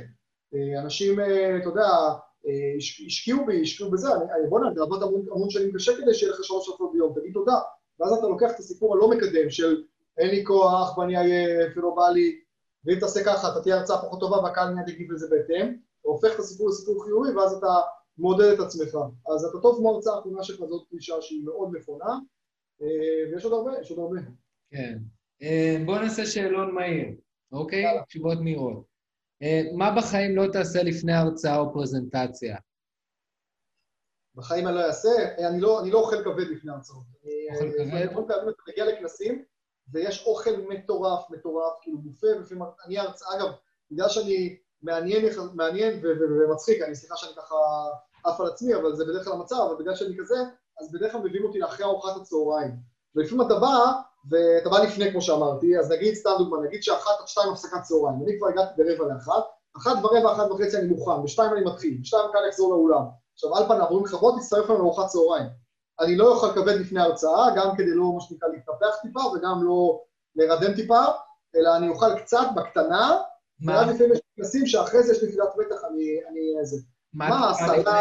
אנשים, אתה יודע, השקיעו בזה, בוא נעד, עבד המון שנים קשה כדי שיהיה לך 3 שעות ביום, תגיד תודה, ואז אתה לוקח את הסיפור הלא מקדם של אין לי כוח ואני עייף ולא בא לי, ואם תעשה ככה, אתה תהיה הרצאה פחות טובה והקהל מיד יגיב לזה בהתאם, אתה הופך את הסיפור לסיפור חיובי ואז אתה מעודד את עצמך. אז אתה טוב כמו הרצאה האחרונה שלך, זאת פגישה שהיא מאוד נכונה, ויש עוד הרבה, יש עוד הרבה.
כן. בוא נעשה שאלון מהיר, אוקיי? תשובות מהירות. מה בחיים לא תעשה לפני הרצאה או פרזנטציה?
בחיים אני לא אעשה, אני לא אוכל כבד לפני הרצאות.
אוכל כבד?
המון פעמים אתה מגיע לכנסים, ויש אוכל מטורף, כאילו בופה, אני הרצאה, אגב, בגלל שאני מעניין ומצחיק, אני סליחה שאני ככה עף על עצמי, אבל זה בדרך כלל המצב, אבל בגלל שאני כזה, אז בדרך כלל מביאים אותי לאחרי ארוחת הצהריים. ולפעמים אתה בא, ואתה בא לפני כמו שאמרתי, אז נגיד, סתם דוגמה, נגיד ש1-2 הפסקת צהריים, אני כבר הגעתי ב12:45, 1:15, 1:30 אני מוכן, ב2 אני מתחיל, ב2 כאן לחזור לאולם. עכשיו, על פניו, אומרים חברות, תצטרף לנו לארוחת צהריים. אני לא אוכל כבד לפני הרצאה, גם כדי לא, מה שנקרא, להתנפח טיפה, וגם לא להירדם טיפה, אלא אני אוכל קצת בקטנה, ואז לפעמים יש כנסים שאחרי זה יש נפילת מתח, אני איזה. מה,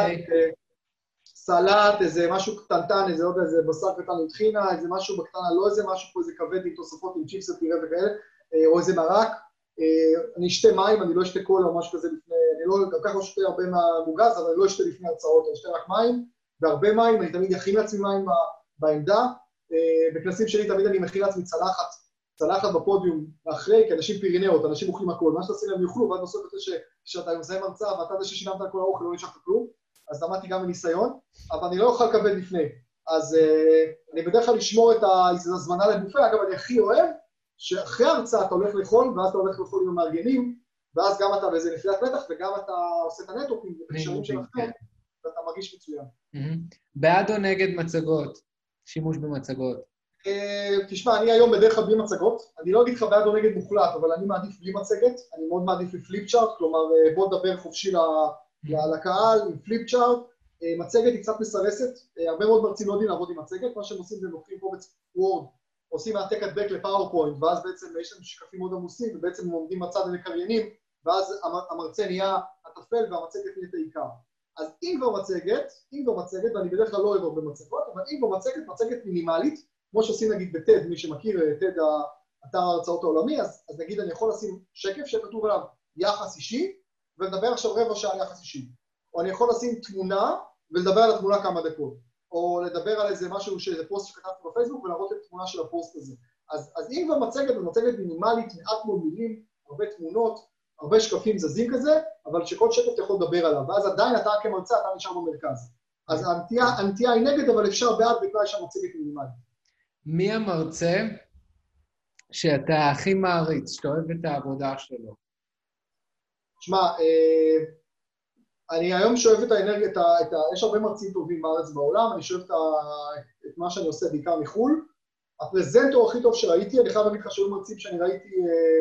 סלט, איזה משהו קטנטן, איזה עוד איזה בשר קטן עם טחינה, איזה משהו בקטנה, לא איזה משהו פה, איזה כבד עם תוספות עם צ'יפס ופירה וכאלה, או איזה מרק. אני אשתה מים, אני לא אשתה קולה או משהו כזה לפני, אני לא, גם ככה לא אשתה הרבה מהמוגז, אבל אני לא אשתה לפני הרצאות, אני אשתה רק מים, והרבה מים, אני תמיד אכין לעצמי מים בעמדה, בכנסים שלי תמיד אני מכין לעצמי צלחת בפודיום מאחרי, כי אנשים פירינאות, אנשים אוכלים הכל, מה שתעשי להם יאכלו, ואז בסוף את זה שאתה מסיים הרצאה, ואתה זה ששילמת על כל האוכל, לא נשאר כלום, אז למדתי גם מניסיון, אבל אני לא אוכל כבד לפני, אז אני בדרך כלל לשמור את ההזמנה לבופה, אגב, אני הכי אוהב, שאחרי ההרצאה אתה הולך לאכול, ואז אתה הולך לאכול עם המארגנים, ואז גם אתה באיזה נפילת מתח, וגם אתה עושה את הנטוורקינג, וקשרים שלכם, ואתה מרגיש מצוין.
בעד או נגד מצגות? שימוש במצגות?
תשמע, אני היום בדרך כלל בלי מצגות, אני לא אגיד לך בעד או נגד מוחלט, אבל אני מעדיף בלי מצגת, אני מאוד מעדיף בפליפ צ'ארט, כלומר בוא נדבר חופשי לקהל עם פליפ צ'ארט, מצגת היא קצת מסרסת, הרבה מאוד מרצים לא יודעים לעבוד עם מצגת, מה שהם עושים זה לוקחים קובץ וורד, עושים העתק הדבק לפאורפוינט, ואז בעצם יש להם שקפים מאוד עמוסים, ובעצם הם עומדים בצד ומקריינים, ואז המרצה נהיה הטפל והמצגת נהיית העיקר. אז אם כבר מצגת, ואני בדרך כלל לא אוהב הרבה מצגות, אבל אם כבר מצגת מינימלית, כמו שעושים נגיד בטד, מי שמכיר טד, אתר ההרצאות העולמי, אז נגיד אני יכול לשים שקף שכתוב עליו יחס אישי, ולדבר עכשיו רבע שעה על יחס אישי. או אני יכול לשים תמונה, ולדבר על התמונה כמה דקות. או לדבר על איזה משהו, איזה פוסט שכתבתי בפייסבוק, ולהראות את התמונה של הפוסט הזה. אז אם כבר מצגת מינימלית, מעט מאוד מילים, הרבה תמונות, הרבה שקפים זזים כזה, אבל שכל שקף יכול לדבר עליו, ואז עדיין אתה כמרצה, אתה נשאר במרכז. אז הנטייה היא נגד, אבל אפשר בעד בתנאי שהמצגת מינימלית.
מי המרצה שאתה הכי מעריץ, שאתה אוהב את העבודה שלו?
תשמע, אני היום שואף את האנרגיה, יש הרבה מרצים טובים בארץ בעולם, אני שואף את מה שאני עושה בעיקר מחול. הפרזנטור הכי טוב שראיתי, אני חייב להגיד לך שהיו מרצים שאני ראיתי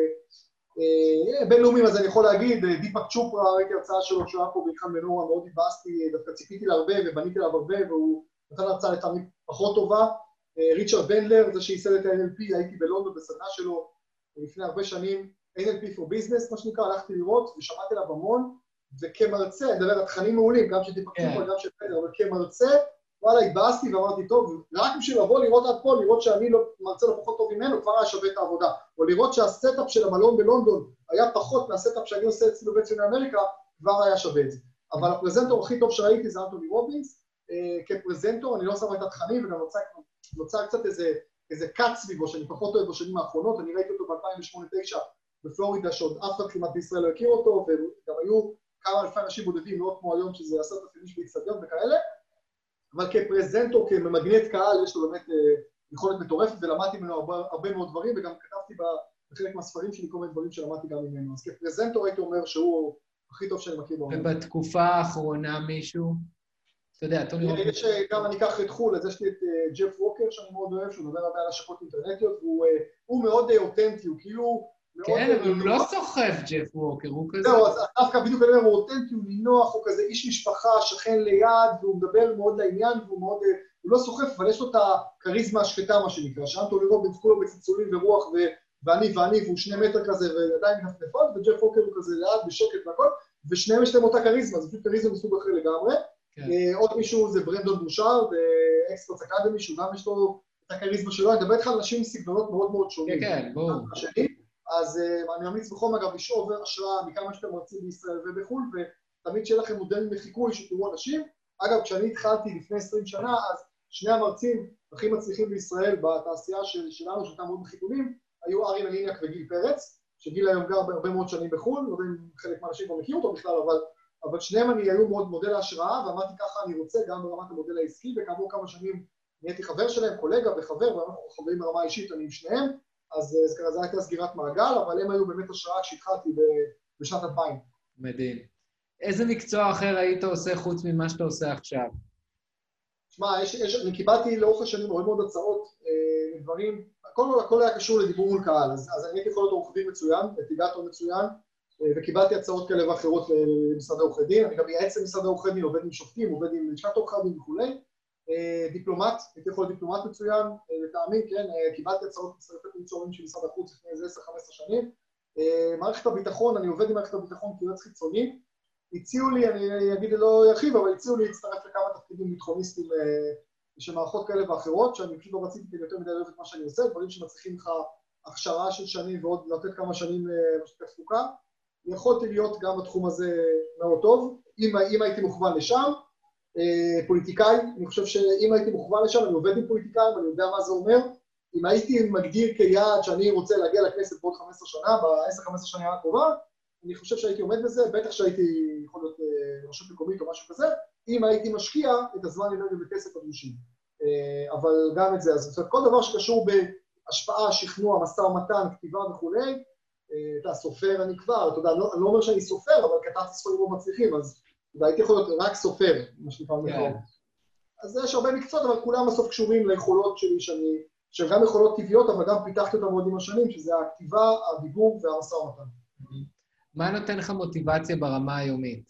בינלאומיים, אז אני יכול להגיד, דיפק צ'ופרה, ראיתי הרצאה שלו שהוא היה פה באחד מנורה, מאוד התבאסתי, דווקא ציפיתי להרבה ובניתי עליו הרבה, והוא נתן הרצאה לתמיד פחות טובה. ריצ'רד בנדלר, זה שייסד את ה-NLP, הייתי בלונדון בסדנה שלו לפני הרבה שנים, NLP for Business, מה שנקרא, הלכתי לראות ושמעתי עליו המון, וכמרצה, אני מדבר על תכנים מעולים, גם של דיפק צ'ופרה, גם של בנדלר, אבל כמרצה, וואלה, התבאסתי ואמרתי, טוב, רק בשביל לבוא לראות עד פה, לראות שאני מרצה לא פחות טוב ממנו, כבר היה שווה את העבודה. או לראות שהסטאפ של המלון בלונדון היה פחות מהסטאפ שאני עושה אצלי בבית ציוני אמריקה, כבר היה שווה את זה. אבל הפרזנטור הכי טוב שראיתי זה אנטוני רובינס, כפרזנטור, אני לא שם את התכנים, וגם נוצר קצת איזה קאט סביבו, שאני פחות אוהב בשנים האחרונות, אני ראיתי אותו ב-2008-2009 בפלורידה, שעוד אף אחד כמעט בישראל לא הכיר אותו, וגם היו כמה אלפי אנשים בודדים, לא כמו היום שזה 10,000 איש באצטדיון וכאלה, אבל כפרזנטור, כמגנט קהל, יש לו באמת יכולת מטורפת, ולמדתי ממנו הרבה מאוד דברים, וגם כתבתי בחלק מהספרים שלי כל מיני דברים שלמדתי גם ממנו. אז כפרזנטור הייתי אומר שהוא הכי טוב שאני מכיר בעולם.
ובתקופה האחרונה מישהו? אתה יודע, טוני רובינס.
יש גם, אני אקח את חול, אז יש לי את ג'ף ווקר, שאני מאוד אוהב, שהוא מדבר הרבה על השקות אינטרנטיות, והוא מאוד אותנטי, הוא כאילו...
כן, אבל הוא לא סוחף ג'ף ווקר, הוא כזה...
זהו, אז דווקא בדיוק אני אומר, הוא אותנטי, הוא נינוח, הוא כזה איש משפחה, שכן ליד, והוא מדבר מאוד לעניין, והוא מאוד... הוא לא סוחף, אבל יש לו את הכריזמה השקטה, מה שנקרא, שאנטוני רובינס כולו בצלצולים ורוח, והוא 2 מטר כזה, ועדיין כפנפות, וג'ף ווקר הוא כזה ליד, בשקט והכל, ושניהם יש להם אותה כריזמה, זה פשוט כריזמה מסוג אחר לגמרי. עוד מישהו זה ברנדון בושארד, אקספרטס אקדמי, שהוא גם יש לו את הכריזמה שלו, אני מדבר איתך על אנשים עם סגנונות מאוד מאוד שונים.
כן, ברור.
אז אני ממליץ בחום אגב לשאוב השראה מכמה שאתם רוצים בישראל ובחו"ל, ותמיד שיהיה לכם מודלים לחיקוי שתראו אנשים. אגב, כשאני התחלתי לפני 20 שנה, אז שני המרצים הכי מצליחים בישראל בתעשייה שלנו, שאותם מאוד בחיתולים, היו ארי מליניאק וגיל פרץ, שגיל היום גר הרבה מאוד שנים בחו"ל, לא יודע אם חלק מהאנשים לא מכירים אותו בכלל, אבל שניהם אני היו מאוד מודל ההשראה, ואמרתי ככה אני רוצה גם ברמת המודל העסקי, וכעבור כמה שנים נהייתי חבר שלהם, קולגה וחבר, ואנחנו חברים ברמה האישית, אני עם שניהם, אז זה הייתה סגירת מעגל, אבל הם היו באמת השראה כשהתחלתי בשנת 2000. מדהים.
איזה מקצוע אחר היית עושה חוץ ממה שאתה עושה עכשיו?
תשמע, אני קיבלתי לאורך השנים מאוד מאוד הצעות, דברים, הכל היה קשור לדיבור מול קהל, אז אני הייתי יכול להיות עורך דין מצוין, ליטיגטור מצוין, וקיבלתי הצעות כאלה ואחרות למשרד עורכי דין, אני גם מייעץ למשרד עורכי דין, עובד עם שופטים, עובד עם לשכת עורכי דין וכולי, דיפלומט, הייתי יכול להיות דיפלומט מצוין, לטעמי, כן, קיבלתי הצעות מצוינים של משרד החוץ לפני 10-15 שנים, מערכת הביטחון, אני עובד עם מערכת הביטחון כיועץ חיצוני, הציעו לי, אני אגיד לא ירחיב, אבל הציעו לי להצטרף לכמה תפקידים ביטחוניסטיים של מערכות כאלה ואחרות, שאני פשוט לא רציתי כדי יותר מדי אוהב את מה שאני עושה, דברים שמצריכים לך הכשרה של שנים ועוד לתת כמה שנים תפוקה. יכולתי להיות גם בתחום הזה מאוד טוב, אם הייתי מוכוון לשם, פוליטיקאי, אני חושב שאם הייתי מוכוון לשם, אני עובד עם פוליטיקאים, אני יודע מה זה אומר, אם הייתי מגדיר כיעד שאני רוצה להגיע לכנסת בעוד 15 שנה, ב-10-15 שנה הקרובה, אני חושב שהייתי עומד בזה, בטח שהייתי יכול להיות רשות מקומית או משהו כזה, אם הייתי משקיע את הזמן אנרגיה בכסף הדרושים. אבל גם את זה, אז זאת אומרת, כל דבר שקשור בהשפעה, שכנוע, משא ומתן, כתיבה וכולי, אתה סופר אני כבר, אתה יודע, אני לא אומר שאני סופר, אבל כתבתי ספרים מאוד מצליחים, אז הייתי יכול להיות רק סופר, מה שנקרא נכון. אז יש הרבה מקצועות, אבל כולם בסוף קשורים ליכולות שלי, שהן גם יכולות טבעיות, אבל גם פיתחתי אותם מאוד עם השנים, שזה הכתיבה, הדיבור והמשא ומתן.
מה נותן לך מוטיבציה ברמה היומית?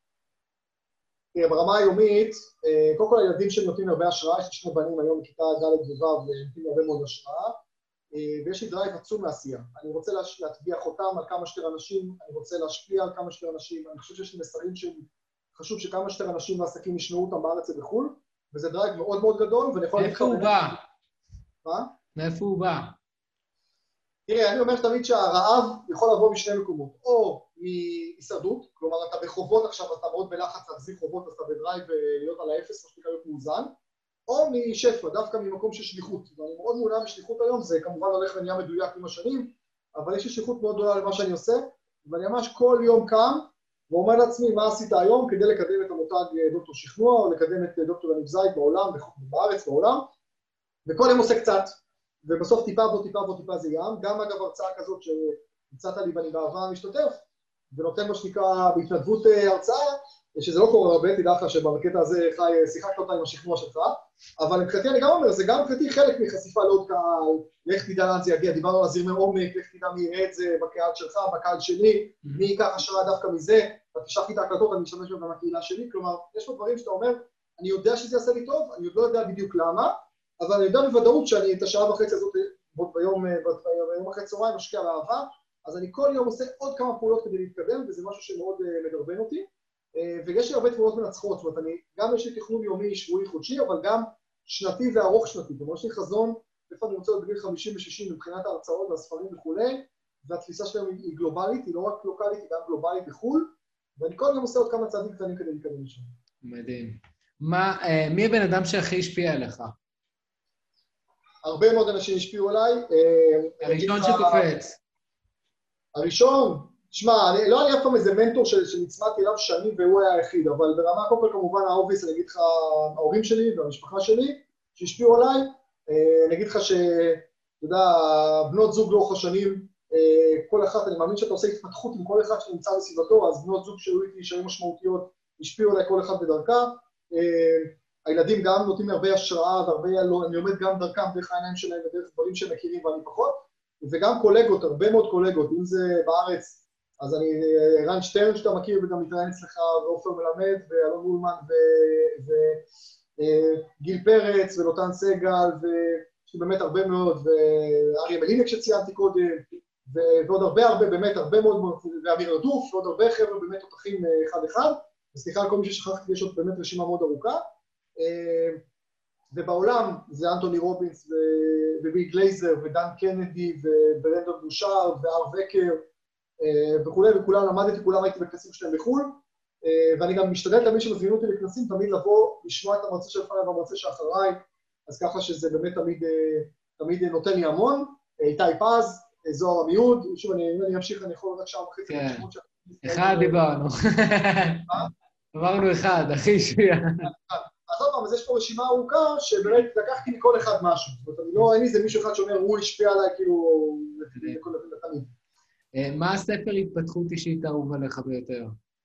ברמה היומית, קודם כל הילדים שלי נותנים הרבה השראה, יש לי שני בנים היום בכיתה ד' וו' ונותנים הרבה מאוד השראה, ויש לי דרייב עצום מעשייה. אני רוצה להטביע חותם על כמה שיותר אנשים, אני רוצה להשפיע על כמה שיותר אנשים, אני חושב שיש לי מסרים שחשוב שכמה שיותר אנשים ועסקים ישמעו אותם בארץ ובחו"ל, וזה דרייב מאוד מאוד גדול, ואני יכול...
מאיפה הוא בא?
מה?
מאיפה הוא בא?
תראה, אני אומר תמיד שהרעב יכול לבוא משני מקומות, או מהישרדות, כלומר אתה בחובות עכשיו, אתה מאוד בלחץ להחזיק חובות, אז אתה בדרייב ולהיות על האפס, מה שנקרא להיות מאוזן, או משפע, דווקא ממקום של שליחות, ואני מאוד מעוניין בשליחות היום, זה כמובן הולך ונהיה מדויק עם השנים, אבל יש לי שליחות מאוד גדולה למה שאני עושה, ואני ממש כל יום קם ואומר לעצמי מה עשית היום כדי לקדם את המותג דוקטור שכנוע, או לקדם את דוקטור יניב זית בעולם, בארץ, בעולם, וכל יום עושה קצת. ובסוף טיפה בו, טיפה בו, טיפה זה ים. גם אגב הרצאה כזאת שהצעת לי ואני בעבר משתתף, ונותן מה שנקרא בהתנדבות הרצאה, שזה לא קורה הרבה, תדע לך שבקטע הזה שיחקת אותה עם השכנוע שלך, אבל מבחינתי אני גם אומר, זה גם מבחינתי חלק מחשיפה לעוד קהל, לך תדע לאן זה יגיע, דיברנו על הזרמי עומק, לך תדע מי יראה את זה בקהל שלך, בקהל שלי, מי ייקח השראה דווקא מזה, ותשלח לי את ההקלטות, אני אשתמש גם בקהילה שלי, כלומר, יש פה דברים שאתה אומר, אני יודע שזה יעשה לי טוב, אני עוד לא יודע בדיוק למה, אבל אני יודע בוודאות שאני את השעה וחצי הזאת ביום אחרי צהריים משקיע באהבה, אז אני כל יום עושה עוד כמה פעולות כדי להתקדם, וזה משהו שמאוד מדרבן אותי, ויש לי הרבה תמונות מנצחות, זאת אומרת, גם יש לי תכנון יומי, שבועי, חודשי, אבל גם שנתי וארוך שנתי, כלומר יש לי חזון, איפה אני רוצה להיות בגיל 50 ו-60 מבחינת ההרצאות והספרים וכולי, והתפיסה שלהם היא גלובלית, היא לא רק לוקלית, היא גם גלובלית בחו"ל, ואני כל יום עושה עוד כמה צעדים קטנים כדי להתקדם לשם.
מדהים. מי הבן אדם שהכי השפיע עליך?
הרבה מאוד אנשים השפיעו עליי.
הראשון שקופץ.
הראשון, תשמע, לא היה אף פעם איזה מנטור שנצמדתי אליו שנים והוא היה היחיד, אבל ברמה קודם כל כמובן האובייס, אני אגיד לך, ההורים שלי והמשפחה שלי שהשפיעו עליי, אני אגיד לך אתה יודע, בנות זוג לאורך השנים, כל אחת, אני מאמין שאתה עושה התפתחות עם כל אחד שנמצא בסביבתו, אז בנות זוג שהיו איתי, שהיו משמעותיות, השפיעו עליי כל אחד בדרכה. הילדים גם נותנים לי הרבה השראה, אני לומד גם דרכם דרך העיניים שלהם ודרך דברים שהם מכירים ואני פחות, וגם קולגות, הרבה מאוד קולגות, אם זה בארץ, אז אני, רן שטרן שאתה מכיר וגם מתראיין אצלך, ועופר מלמד, ואלון אולמן, וגיל פרץ, ולוטן סגל, ויש לי באמת הרבה מאוד, ואריה מליניק שציינתי קודם, ועוד הרבה, באמת הרבה מאוד, ואמיר רדוף, ועוד הרבה חבר'ה באמת תותחים אחד-אחד, וסליחה על כל מי ששכחתי, יש עוד באמת רשימה מאוד ארוכה, ובעולם זה אנטוני רובינס וביל גלייזר ודן קנדי וברנדון בושאר והר וקר וכולם, למדתי, כולם הייתי בכנסים שלהם בחו"ל, ואני גם משתדל למי שמזמינים אותי לכנסים תמיד לבוא, לשמוע את המרצה שלפניי והמרצה שאחריי, אז ככה שזה באמת תמיד נותן לי המון. איתי פז, זוהר עמיהוד, שוב אני אמשיך, אני יכול רק שעה וחצי.
אחד דיברנו. עברנו אחד, הכי שוויה.
אז עוד פעם, אז יש פה רשימה ארוכה שבאמת לקחתי מכל אחד משהו. זאת אומרת, אין לי איזה מישהו אחד שאומר, הוא השפיע עליי כאילו לתמיד.
מה הספר התפתחות אישית אהוב עליך ביותר?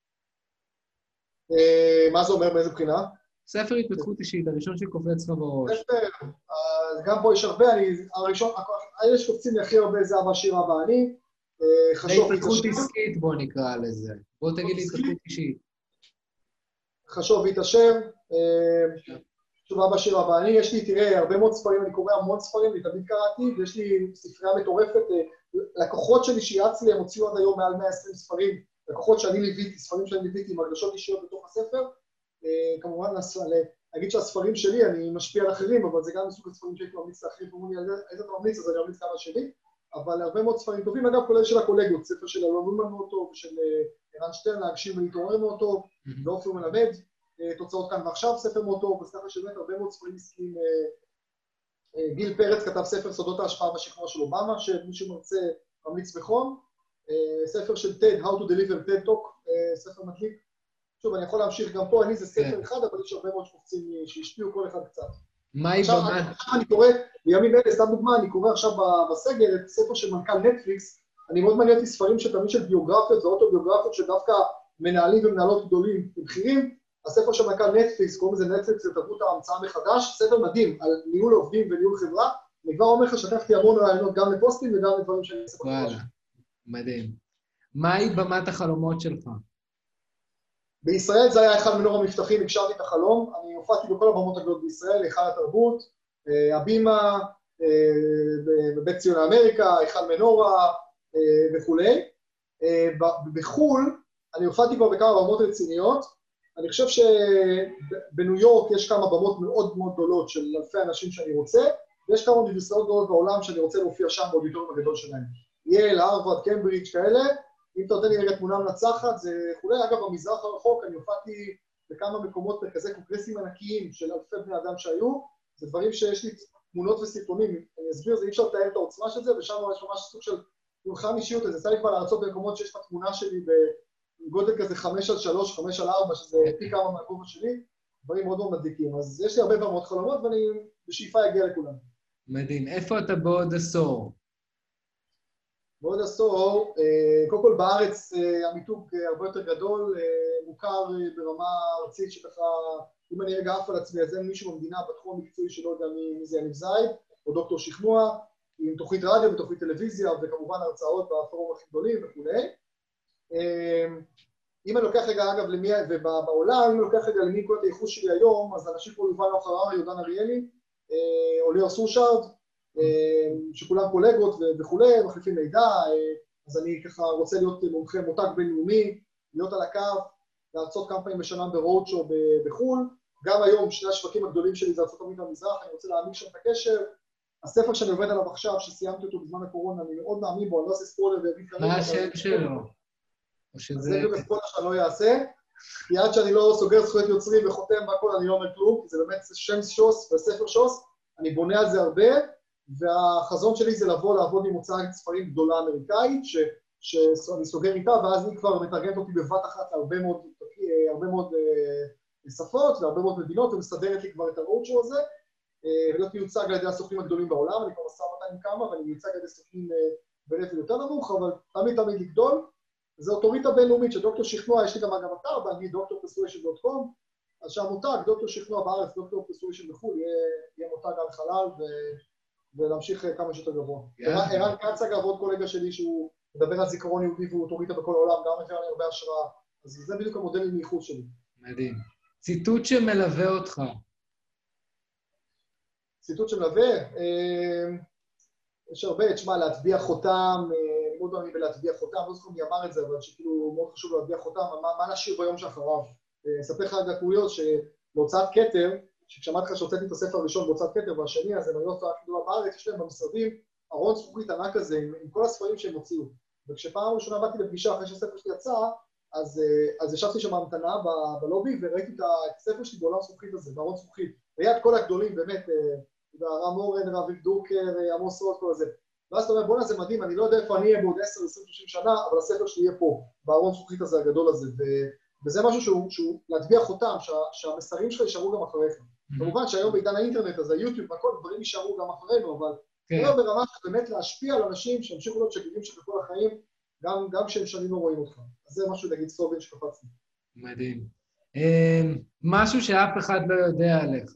מה זה אומר, מאיזה בחינה?
ספר התפתחות אישית, הראשון שקופץ לך בראש.
ספר, גם פה יש הרבה, האלה שקופצים לי הכי הרבה זה אבא שיר אבא אני.
התפתחות עסקית בוא נקרא לזה. בוא תגיד לי התפתחות אישית.
חשוב והתעשר. שוב אבא שיר אבא אני, יש לי, תראה, הרבה מאוד ספרים, אני קורא המון ספרים, אני תמיד קראתי, ויש לי ספרייה מטורפת, לקוחות שלי שיעץ לי, הם הוציאו עד היום מעל 120 ספרים, לקוחות שאני ליוויתי, ספרים שאני ליוויתי עם הרגשות אישיות בתוך הספר, כמובן להגיד שהספרים שלי, אני משפיע על אחרים, אבל זה גם מסוג הספרים שהייתי ממליץ לאחרים, ואומרים לי, איזה אתה ממליץ, אז אני ממליץ כמה שלי, אבל הרבה מאוד ספרים טובים, אגב, כולל של הקולגות, ספר של אלון נומן מאוד טוב, ושל ערן שטרן, להגשים ולהתעורר מאוד טוב, ועופר מלמד, תוצאות כאן ועכשיו, ספר מאוד טוב, אז ככה שבאמת הרבה מאוד ספרים עסקיים. גיל פרץ כתב ספר סודות ההשפעה בשכנוע של אובמה, שמי שמרצה ממליץ בחום, ספר של TED, How to Deliver TED Talk, ספר מדליק. שוב, אני יכול להמשיך גם פה, אני זה ספר אחד, אבל יש הרבה מאוד שקופצים שהשפיעו כל אחד קצת. עכשיו אני קורא, בימים אלה, סתם דוגמה, אני קורא עכשיו בסגל את ספר של מנכ"ל נטפליקס, אני מאוד מעניין אותי ספרים שתמיד של ביוגרפיות ואוטוביוגרפיות שדווקא מנהלים ומנהלות גדולים ובכירים, הספר של מנכ"ל נטפליקס, קוראים לזה נטפליקס לתרבות ההמצאה מחדש, ספר מדהים על ניהול עובדים וניהול חברה, אני כבר אומר לך שכחתי המון רעיונות גם לפוסטים וגם לדברים שאני אעשה בחברה.
וואלה, מדהים. מהי במת החלומות שלך?
בישראל זה היה אחד מנור המבטחים, הגשמתי את החלום, אני הופעתי בכל הבמות הגדולות בישראל, היכל התרבות, הבימה, בבית ציון האמריקה, היכל מנורה וכולי. בחו"ל, אני הופעתי כבר בכמה במות רציניות, אני חושב שבניו יורק יש כמה במות מאוד מאוד גדולות של אלפי אנשים שאני רוצה, ויש כמה אוניברסיטאות גדולות בעולם שאני רוצה להופיע שם באודיטוריום הגדול שלהם. יל, הרווארד, קמברידג' כאלה, אם אתה נותן לי רגע תמונה מנצחת, זה כולי. אגב, במזרח הרחוק אני הופעתי בכמה מקומות מרכזי קונגרסים ענקיים של אלפי בני אדם שהיו, זה דברים שיש לי תמונות וסרטונים, אני אסביר, זה אי אפשר לתאר את העוצמה של זה, ושם יש ממש סוג של פולחן אישיות, אז יצא לי כבר לארצות במקומות שיש את התמונה שלי בגודל כזה 5-3, 5-4, שזה פי כמה מהגובה שלי, דברים מאוד מאוד מדליקים. אז יש לי הרבה מאוד חלומות, ואני בשאיפה אגיע לכולם.
מדהים. איפה אתה בעוד עשור?
בעוד עשור, קודם כל בארץ המיתוג הרבה יותר גדול, מוכר ברמה ארצית שככה, אם אני רגע עף על עצמי, אז אין מישהו במדינה בתחום המקצועי שלא יודע מי זה יניב זייד, או דוקטור שכנוע, עם תוכנית רדיו ותוכנית טלוויזיה, וכמובן הרצאות בפורום הכי גדולים וכו'. אם אני לוקח רגע, אגב, למי, ובעולם, אם אני לוקח רגע למי נקודת הייחוס שלי היום, אז אנשים כמו יובל נוח הררי, יהודן אריאלי, או ליאור סושארד, שכולם קולגות וכולי, מחליפים מידע, אז אני ככה רוצה להיות מומחה מותג בינלאומי, להיות על הקו, להרצות כמה פעמים בשנה ברודשו בחו"ל, גם היום שני השווקים הגדולים שלי זה ארצות הברית והמזרח, אני רוצה להעמיק שם את הקשר, הספר שאני עובד עליו עכשיו, שסיימתי אותו בזמן הקורונה, אני מאוד מאמין בו, אני לא עושה ספוילר ויגיד כרגע.
מה השם שלו?
אז זה בדיוק הספוילר שאני לא אעשה, כי עד שאני לא סוגר זכויות יוצרים וחותם והכל, אני לא אומר כלום, כי זה באמת שם שוס וספר שוס, אני בונה על זה הרבה, והחזון שלי זה לבוא לעבוד עם הוצאת ספרים גדולה אמריקאית, שאני סוגר איתה, ואז היא כבר מתרגמת אותי בבת אחת להרבה מאוד שפות והרבה מאוד מדינות, ומסדרת לי כבר את הרודשו הזה, ולהיות מיוצג על ידי הסוכנים הגדולים בעולם, אני כבר מסע אותה עם כמה, ואני מיוצג על ידי סוכנים ברפל יותר נמוך, אבל תמיד לגדול. זו אוטוריטה בינלאומית שדוקטור שכנוע, יש לי גם אגב אתר, באנגלית drpersuasion.com, אז שהמותג, דוקטור שכנוע בארץ, דוקטור פרסואשן בחו"ל, יהיה מותג על חלל ולהמשיך כמה שיותר גבוה. ערן כץ אגב, עוד קולגה שלי שהוא מדבר על זיכרון יהודי והוא אוטוריטה בכל העולם, גם מביא לי הרבה השראה, אז זה בדיוק המודלים מייחוס שלי.
מדהים. ציטוט שמלווה אותך.
ציטוט שמלווה? יש הרבה, תשמע, להטביע חותם, מאוד מאמין בלהטביע חותם, לא זוכר מי אמר את זה, אבל שכאילו מאוד חשוב להטביע חותם, מה נשאיר ביום שאחריו? אספר לך רגע קוריוז שבהוצאת כתר, שכשמעתי לך שהוצאתי את הספר הראשון בהוצאת כתר והשני, אז הם היו הוצאה גדולה בארץ, יש להם במשרדים ארון זכוכית ענק כזה עם כל הספרים שהם הוציאו. וכשפעם ראשונה באתי לפגישה אחרי שהספר שלי יצא, אז ישבתי שם בהמתנה בלובי וראיתי את הספר שלי בעולם זכוכית הזה, בארון זכוכית. ליד כל הגדולים, באמת, רם אורן, רביב דורקר, עמוס רוט, כל הזה. ואז אתה אומר, בוא'נה, זה מדהים, אני לא יודע איפה אני אהיה בעוד 10, 20, 30 שנה, אבל הספר שלי יהיה פה, בארון זכוכית הזה, הגדול הזה. וזה משהו שהוא להטביע חותם, שהמסרים שלך יישארו גם אחריך. כמובן שהיום בעידן האינטרנט, אז היוטיוב והכל, דברים יישארו גם אחרינו, אבל זה ברמה שבאמת להשפיע על אנשים שימשיכו להיות שגיבים שבכל החיים, גם כשהם שנים לא רואים אותך. אז זה משהו, נגיד, סטובין שקפצתי.
מדהים. משהו שאף אחד לא יודע עליך.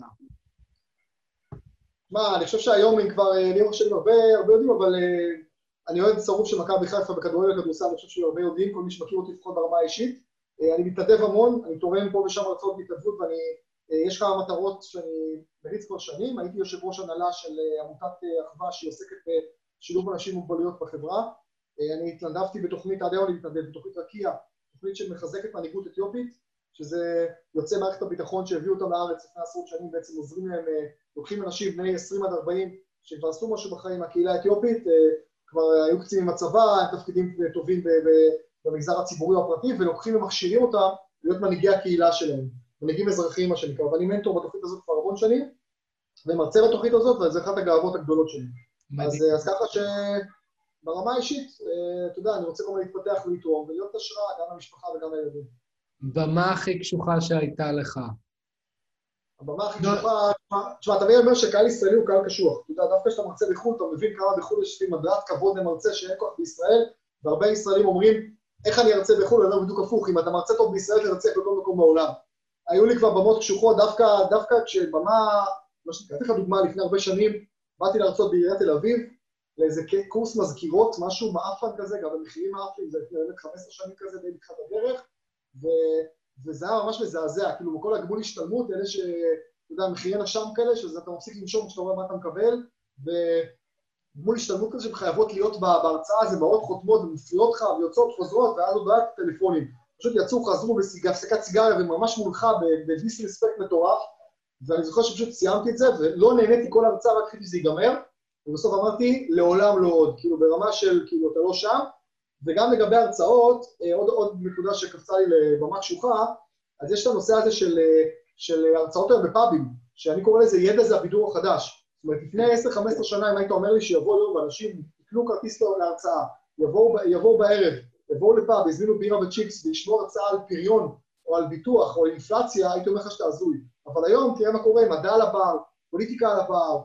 מה, אני חושב שהיום הם כבר, אני חושב שהם הרבה יודעים, אבל אני אוהד שרוף של מכבי חיפה בכדורגל וכדורסל, אני חושב שהם הרבה יודעים, כל מי שמכיר אותי לפחות ברמה האישית. אני מתנדב המון, אני תורם פה ושם הרצאות בהתנדבות, יש כמה מטרות שאני מריץ כבר שנים, הייתי יושב ראש הנהלה של עמותת אחווה שהיא עוסקת בשילוב אנשים עם מוגבלויות בחברה. אני התנדבתי בתוכנית, עד היום אני מתנדב, בתוכנית רקיע, תוכנית שמחזקת מנהיגות אתיופית, שזה יוצא מערכת הביטחון שהביאו אותם לארץ לפני עשרות שנים, בעצם עוזרים להם, לוקחים אנשים בני 20 עד 40 שכבר עשו משהו בחיים מהקהילה האתיופית, כבר היו קצינים בצבא, הם תפקידים טובים במגזר הציבורי או הפרטי, ולוקחים ומכשירים אותם להיות מנהיגי הקהילה שלהם, מנהיגים אזרחיים מה שנקרא, ואני מנטור בתוכנית הזאת כבר המון שנים, ומרצה בתוכנית הזאת, וזו אחת הגאוות הגדולות שלי. אז ככה שברמה האישית, אתה יודע, אני רוצה כל מיני להתפתח ולתרום, ולהיות השראה גם למשפחה וגם לילדים.
במה הכי קשוחה שהייתה לך?
הבמה הכי קשוחה, תשמע, תמיד אומר שקהל ישראלי הוא קהל קשוח. אתה יודע, דווקא כשאתה מרצה בחו"ל, אתה מבין כמה בחו"ל יש לי מדרת כבוד למרצה שאין כוח בישראל, והרבה ישראלים אומרים, איך אני ארצה בחו"ל, אני לא בדיוק הפוך, אם אתה מרצה טוב בישראל, תרצה בכל מקום בעולם. היו לי כבר במות קשוחות, דווקא כשבמה, לא שנקרא, אתן לך דוגמה, לפני הרבה שנים, באתי להרצות בעיריית תל אביב, לאיזה קורס מזכירות, משהו מאפן כזה, גם במחירים מאפים, זה לפני 15 שנים כזה, די מתחת הדרך, וזה היה ממש מזעזע, כאילו בכל הגמול השתלמות, אלה שאתה יודע, מחירי נשם כאלה, שזה אתה מפסיק לנשום כשאתה רואה מה אתה מקבל, וגמול השתלמות כזה שחייבות להיות בהרצאה, זה מאוד חותמות ומפריעות לך, ויוצאות חוזרות, ואז עוד רק טלפונים. פשוט יצאו, חזרו בהפסקת סיגריה, וממש מולך בדיסרספקט מטורף, ואני זוכר שפשוט סיימתי את זה, ולא נהניתי כל ההרצאה, רק חיכיתי שזה ייגמר, ובסוף אמרתי, לעולם לא עוד, כאילו ברמה של, כאילו, אתה לא שם, וגם לגבי הרצאות, עוד נקודה שקפצה לי לבמה קשוחה, אז יש את הנושא הזה של הרצאות היום בפאבים, שאני קורא לזה ידע זה הבידור החדש. זאת אומרת, לפני 10-15 שנה, אם היית אומר לי שיבואו יום ואנשים יקנו כרטיס להרצאה, יבואו בערב, יבואו לפאב, יזמינו בירה וצ'יפס וישמעו הרצאה על פריון, או על ביטוח, או על אינפלציה, הייתי אומר לך שאתה הזוי. אבל היום תראה מה קורה, מדע על הבר, פוליטיקה על הבר,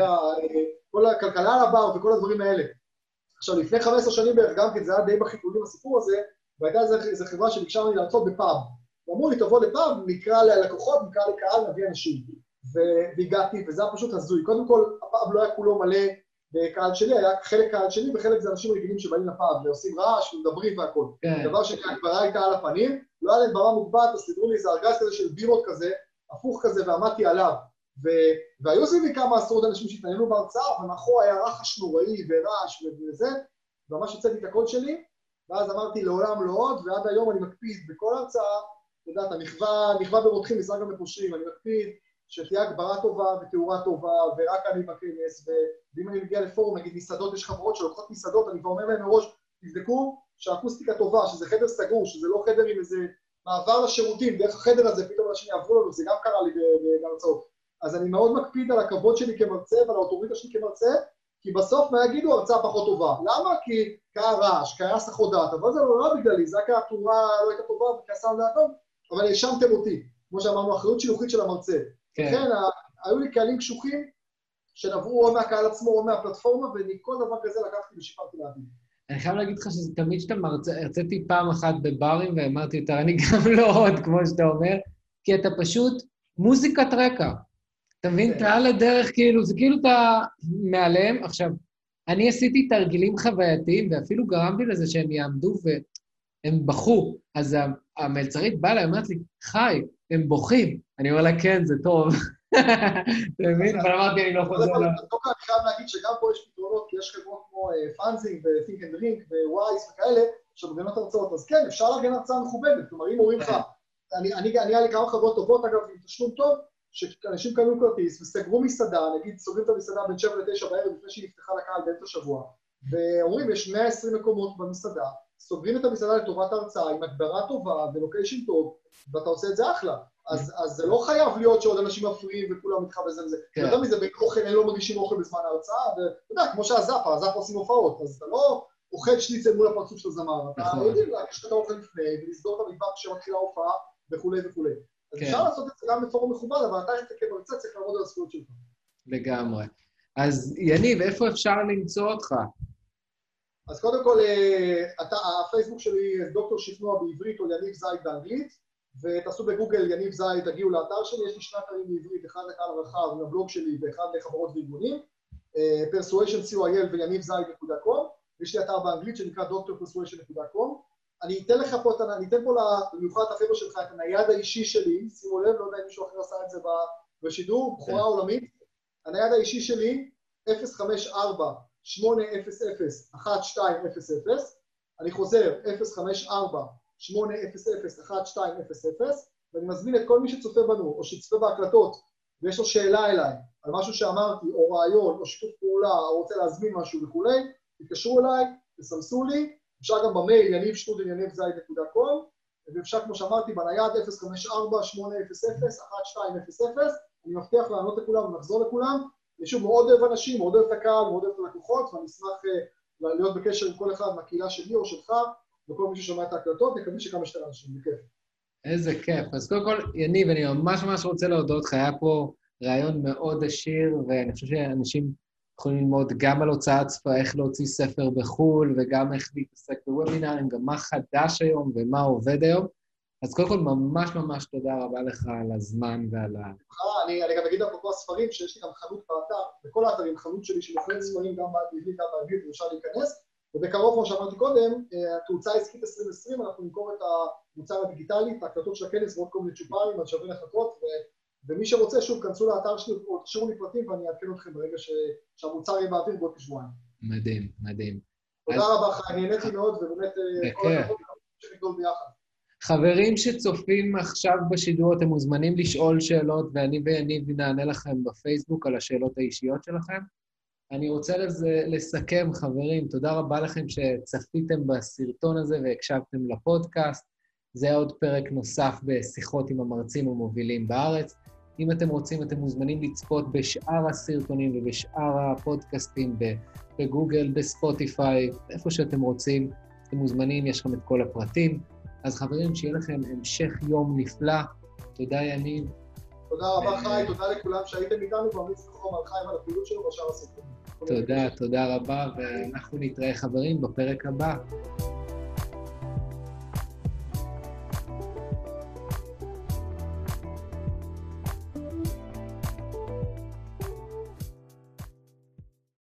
כל הכלכלה על הבר וכל הדברים האלה. עכשיו, לפני 15 שנים בערך, גם כי זה היה די בחיתולים הסיפור הזה, והייתה איזו חברה שביקשה ממני להרצות בפאב. ואמרו לי, תבוא לפאב, נקרא ללקוחות, נקרא לקהל, נביא אנשים. והגעתי, וזה היה פשוט הזוי. קודם כל, הפאב לא היה כולו מלא בקהל שלי, היה חלק קהל שלי, וחלק זה אנשים רגילים שבאים לפאב, ועושים רעש, ומדברים והכל. דבר שהגברה הייתה על הפנים, לא היה להם במה מוגבעת, אז תדעו לי איזה ארגז כזה של בירות כזה, הפוך כזה, ועמדתי עליו. והיו סביבי כמה עשרות אנשים שהתעניינו בהרצאה, ומאחור היה רחש נוראי ורעש וזה, ממש הוצאתי את הקול שלי, ואז אמרתי לעולם לא עוד, ועד היום אני מקפיד בכל הרצאה, אתה יודע, אתה נכווה ברותחים, משחק גם בפושרים, אני מקפיד שתהיה הגברה טובה ותאורה טובה, ורק אני בכנס, ואם אני מגיע לפורום, נגיד מסעדות, יש חברות שלוקחות מסעדות, אני כבר אומר להם מראש, תבדקו שהאקוסטיקה טובה, שזה חדר סגור, שזה לא חדר עם איזה מעבר לשירותים, דרך החדר הזה, פתאום אנשים יעברו לנו, זה גם קרה לי בהרצאות. אז אני מאוד מקפיד על הכבוד שלי כמרצה ועל האוטוריטה שלי כמרצה, כי בסוף מה יגידו? הרצאה פחות טובה. למה? כי קרה רעש, קרה סחו דעת, אבל זה לא בגללי, זה היה התאורה לא הייתה טובה וכעסם דעת טוב, אבל האשמתם אותי, כמו שאמרנו, אחריות שילוחית של המרצה. לכן, היו לי קהלים קשוחים שנבעו או מהקהל עצמו או מהפלטפורמה, ומכל דבר כזה לקחתי ושיפרתי לעתיד.
אני חייב להגיד לך שזה תמיד שאתה מרצה, הרציתי פעם אחת בברים ואמרתי יותר, אני גם לא עוד, כמו שאתה אומר, כי אתה פשוט מוזיקת רקע. אתה מבין, אתה על הדרך, כאילו, זה כאילו אתה מעליהם. עכשיו, אני עשיתי תרגילים חווייתיים, ואפילו גרמתי לזה שהם יעמדו והם בכו. אז המלצרית באה לה, אמרת לי, חי, הם בוכים. אני אומר לה, כן, זה טוב. אתה מבין? אבל אמרתי, אני לא חוזר לה.
אני חייב להגיד שגם פה יש פתרונות, כי יש חברות כמו פאנזינג ו-Think and Drink ווייס וכאלה, שמארגנות הרצאות, אז כן, אפשר לארגן הרצאה מכובדת, כלומר, אם אומרים לך, היה לי כמה חברות טובות, אגב, עם תשלום טוב, שאנשים קנו כרטיס וסגרו מסעדה, נגיד, סוגרים את המסעדה בין 7 ל-9 בערב לפני שהיא נפתחה לקהל באמצע השבוע, ואומרים, יש 120 מקומות במסעדה, סוגרים את המסעדה לטובת ההרצאה, עם הגדרה טובה ולוקיישן טוב, ואתה עושה את זה אחלה. אז זה לא חייב להיות שעוד אנשים מפריעים וכולם איתך בזה וזה. אתה יודע מזה, באוכל אין לא מגישים אוכל בזמן ההרצאה, ואתה יודע, כמו שהזאפה עושים הופעות, אז אתה לא אוכל שניצל מול הפרצוף של הזמר, אתה יודעים להגיש את האוכל לפני, ולסגור את המטבח כשמתחילה ההופעה וכו' וכו'. אז אפשר לעשות את זה גם בפורום מכובד, אבל אתה כמרצה צריך לעמוד על הזכויות שלך.
לגמרי. אז יניב, איפה אפשר למצוא אותך?
אז קודם כל, הפייסבוק שלי דוקטור שכנוע בעברית או יניב זייד באנגלית, ותעשו בגוגל יניב זייד, תגיעו לאתר שלי, יש לי 2 אתרים בעברית, אחד לקהל הרחב עם הבלוג שלי ואחד לחברות וארגונים, persuasion co.il ויניבזייד.com, ויש לי אתר באנגלית שנקרא drpersuasion.com. אני אתן לך פה, אני אתן פה במיוחד החבר'ה שלך את הנייד האישי שלי, שימו לב, לא יודע אם מישהו אחר עשה את זה בשידור, בחורה עולמית, הנייד האישי שלי, 054-800-1200, אני חוזר, 054-800-1200, ואני מזמין את כל מי שצופה בנו, או שצופה בהקלטות, ויש לו שאלה אליי, על משהו שאמרתי, או רעיון, או שיתוף פעולה, או רוצה להזמין משהו וכולי, תתקשרו אליי, תסמסו לי, אפשר גם במייל, yaniv@yanivzaid.com, ואפשר, כמו שאמרתי, בנייד 054-800-1200, אני מבטיח לענות לכולם ונחזור לכולם. אני שוב מאוד אוהב אנשים, מאוד אוהב את הקהל, מאוד אוהב את הלקוחות, ואני אשמח להיות בקשר עם כל אחד מהקהילה שלי או שלך, וכל מי ששומע את ההקלטות, נקווה שכמה שיותר אנשים, בכיף.
איזה כיף. אז קודם כל, יניב, אני ממש רוצה להודות לך, היה פה רעיון מאוד עשיר, ואני חושב שאנשים יכולים ללמוד גם על הוצאת ספר, איך להוציא ספר בחול, וגם איך להתעסק בוובינרים, גם מה חדש היום ומה עובד היום. אז קודם כל, ממש תודה רבה לך על הזמן ועל
אני גם אגיד אפרופו הספרים, שיש לי גם חנות באתר, בכל האתרים, חנות שלי שמוכרת ספרים גם בעברית, גם באנגלית, ואפשר להיכנס, ובקרוב, כמו שאמרתי קודם, התאוצה העסקית 2020, אנחנו נמכור את המוצר הדיגיטלי, את ההקלטות של הכנס, ועוד כל מיני צ'ופרים, אז שווה לחכות, ומי שרוצה, שוב, כנסו לאתר שלי, או תשאירו לי פרטים, ואני אעדכן אתכם ברגע שהמוצר יהיה באוויר בעוד כשבועיים.
מדהים.
תודה רבה, חי, נהניתי מאוד, ובאמת, כל הכבוד, שנגדול ביחד.
חברים שצופים עכשיו בשידור, אתם מוזמנים לשאול שאלות, ואני ויניב נענה לכם בפייסבוק על השאלות האישיות שלכם. אני רוצה לסכם, חברים, תודה רבה לכם שצפיתם בסרטון הזה והקשבתם לפודקאסט. זה עוד פרק נוסף בשיחות עם המרצים המובילים בארץ. אם אתם רוצים, אתם מוזמנים לצפות בשאר הסרטונים ובשאר הפודקאסטים בגוגל, בספוטיפיי, איפה שאתם רוצים. אתם מוזמנים, יש לכם את כל הפרטים. אז חברים, שיהיה לכם המשך יום נפלא. תודה, יניב.
תודה רבה, חי, תודה לכולם שהייתם איתנו, ואמליץ לחום על חיים על הפעילות שלו בשאר הסרטונים.
תודה רבה, ואנחנו נתראה, חברים, בפרק הבא.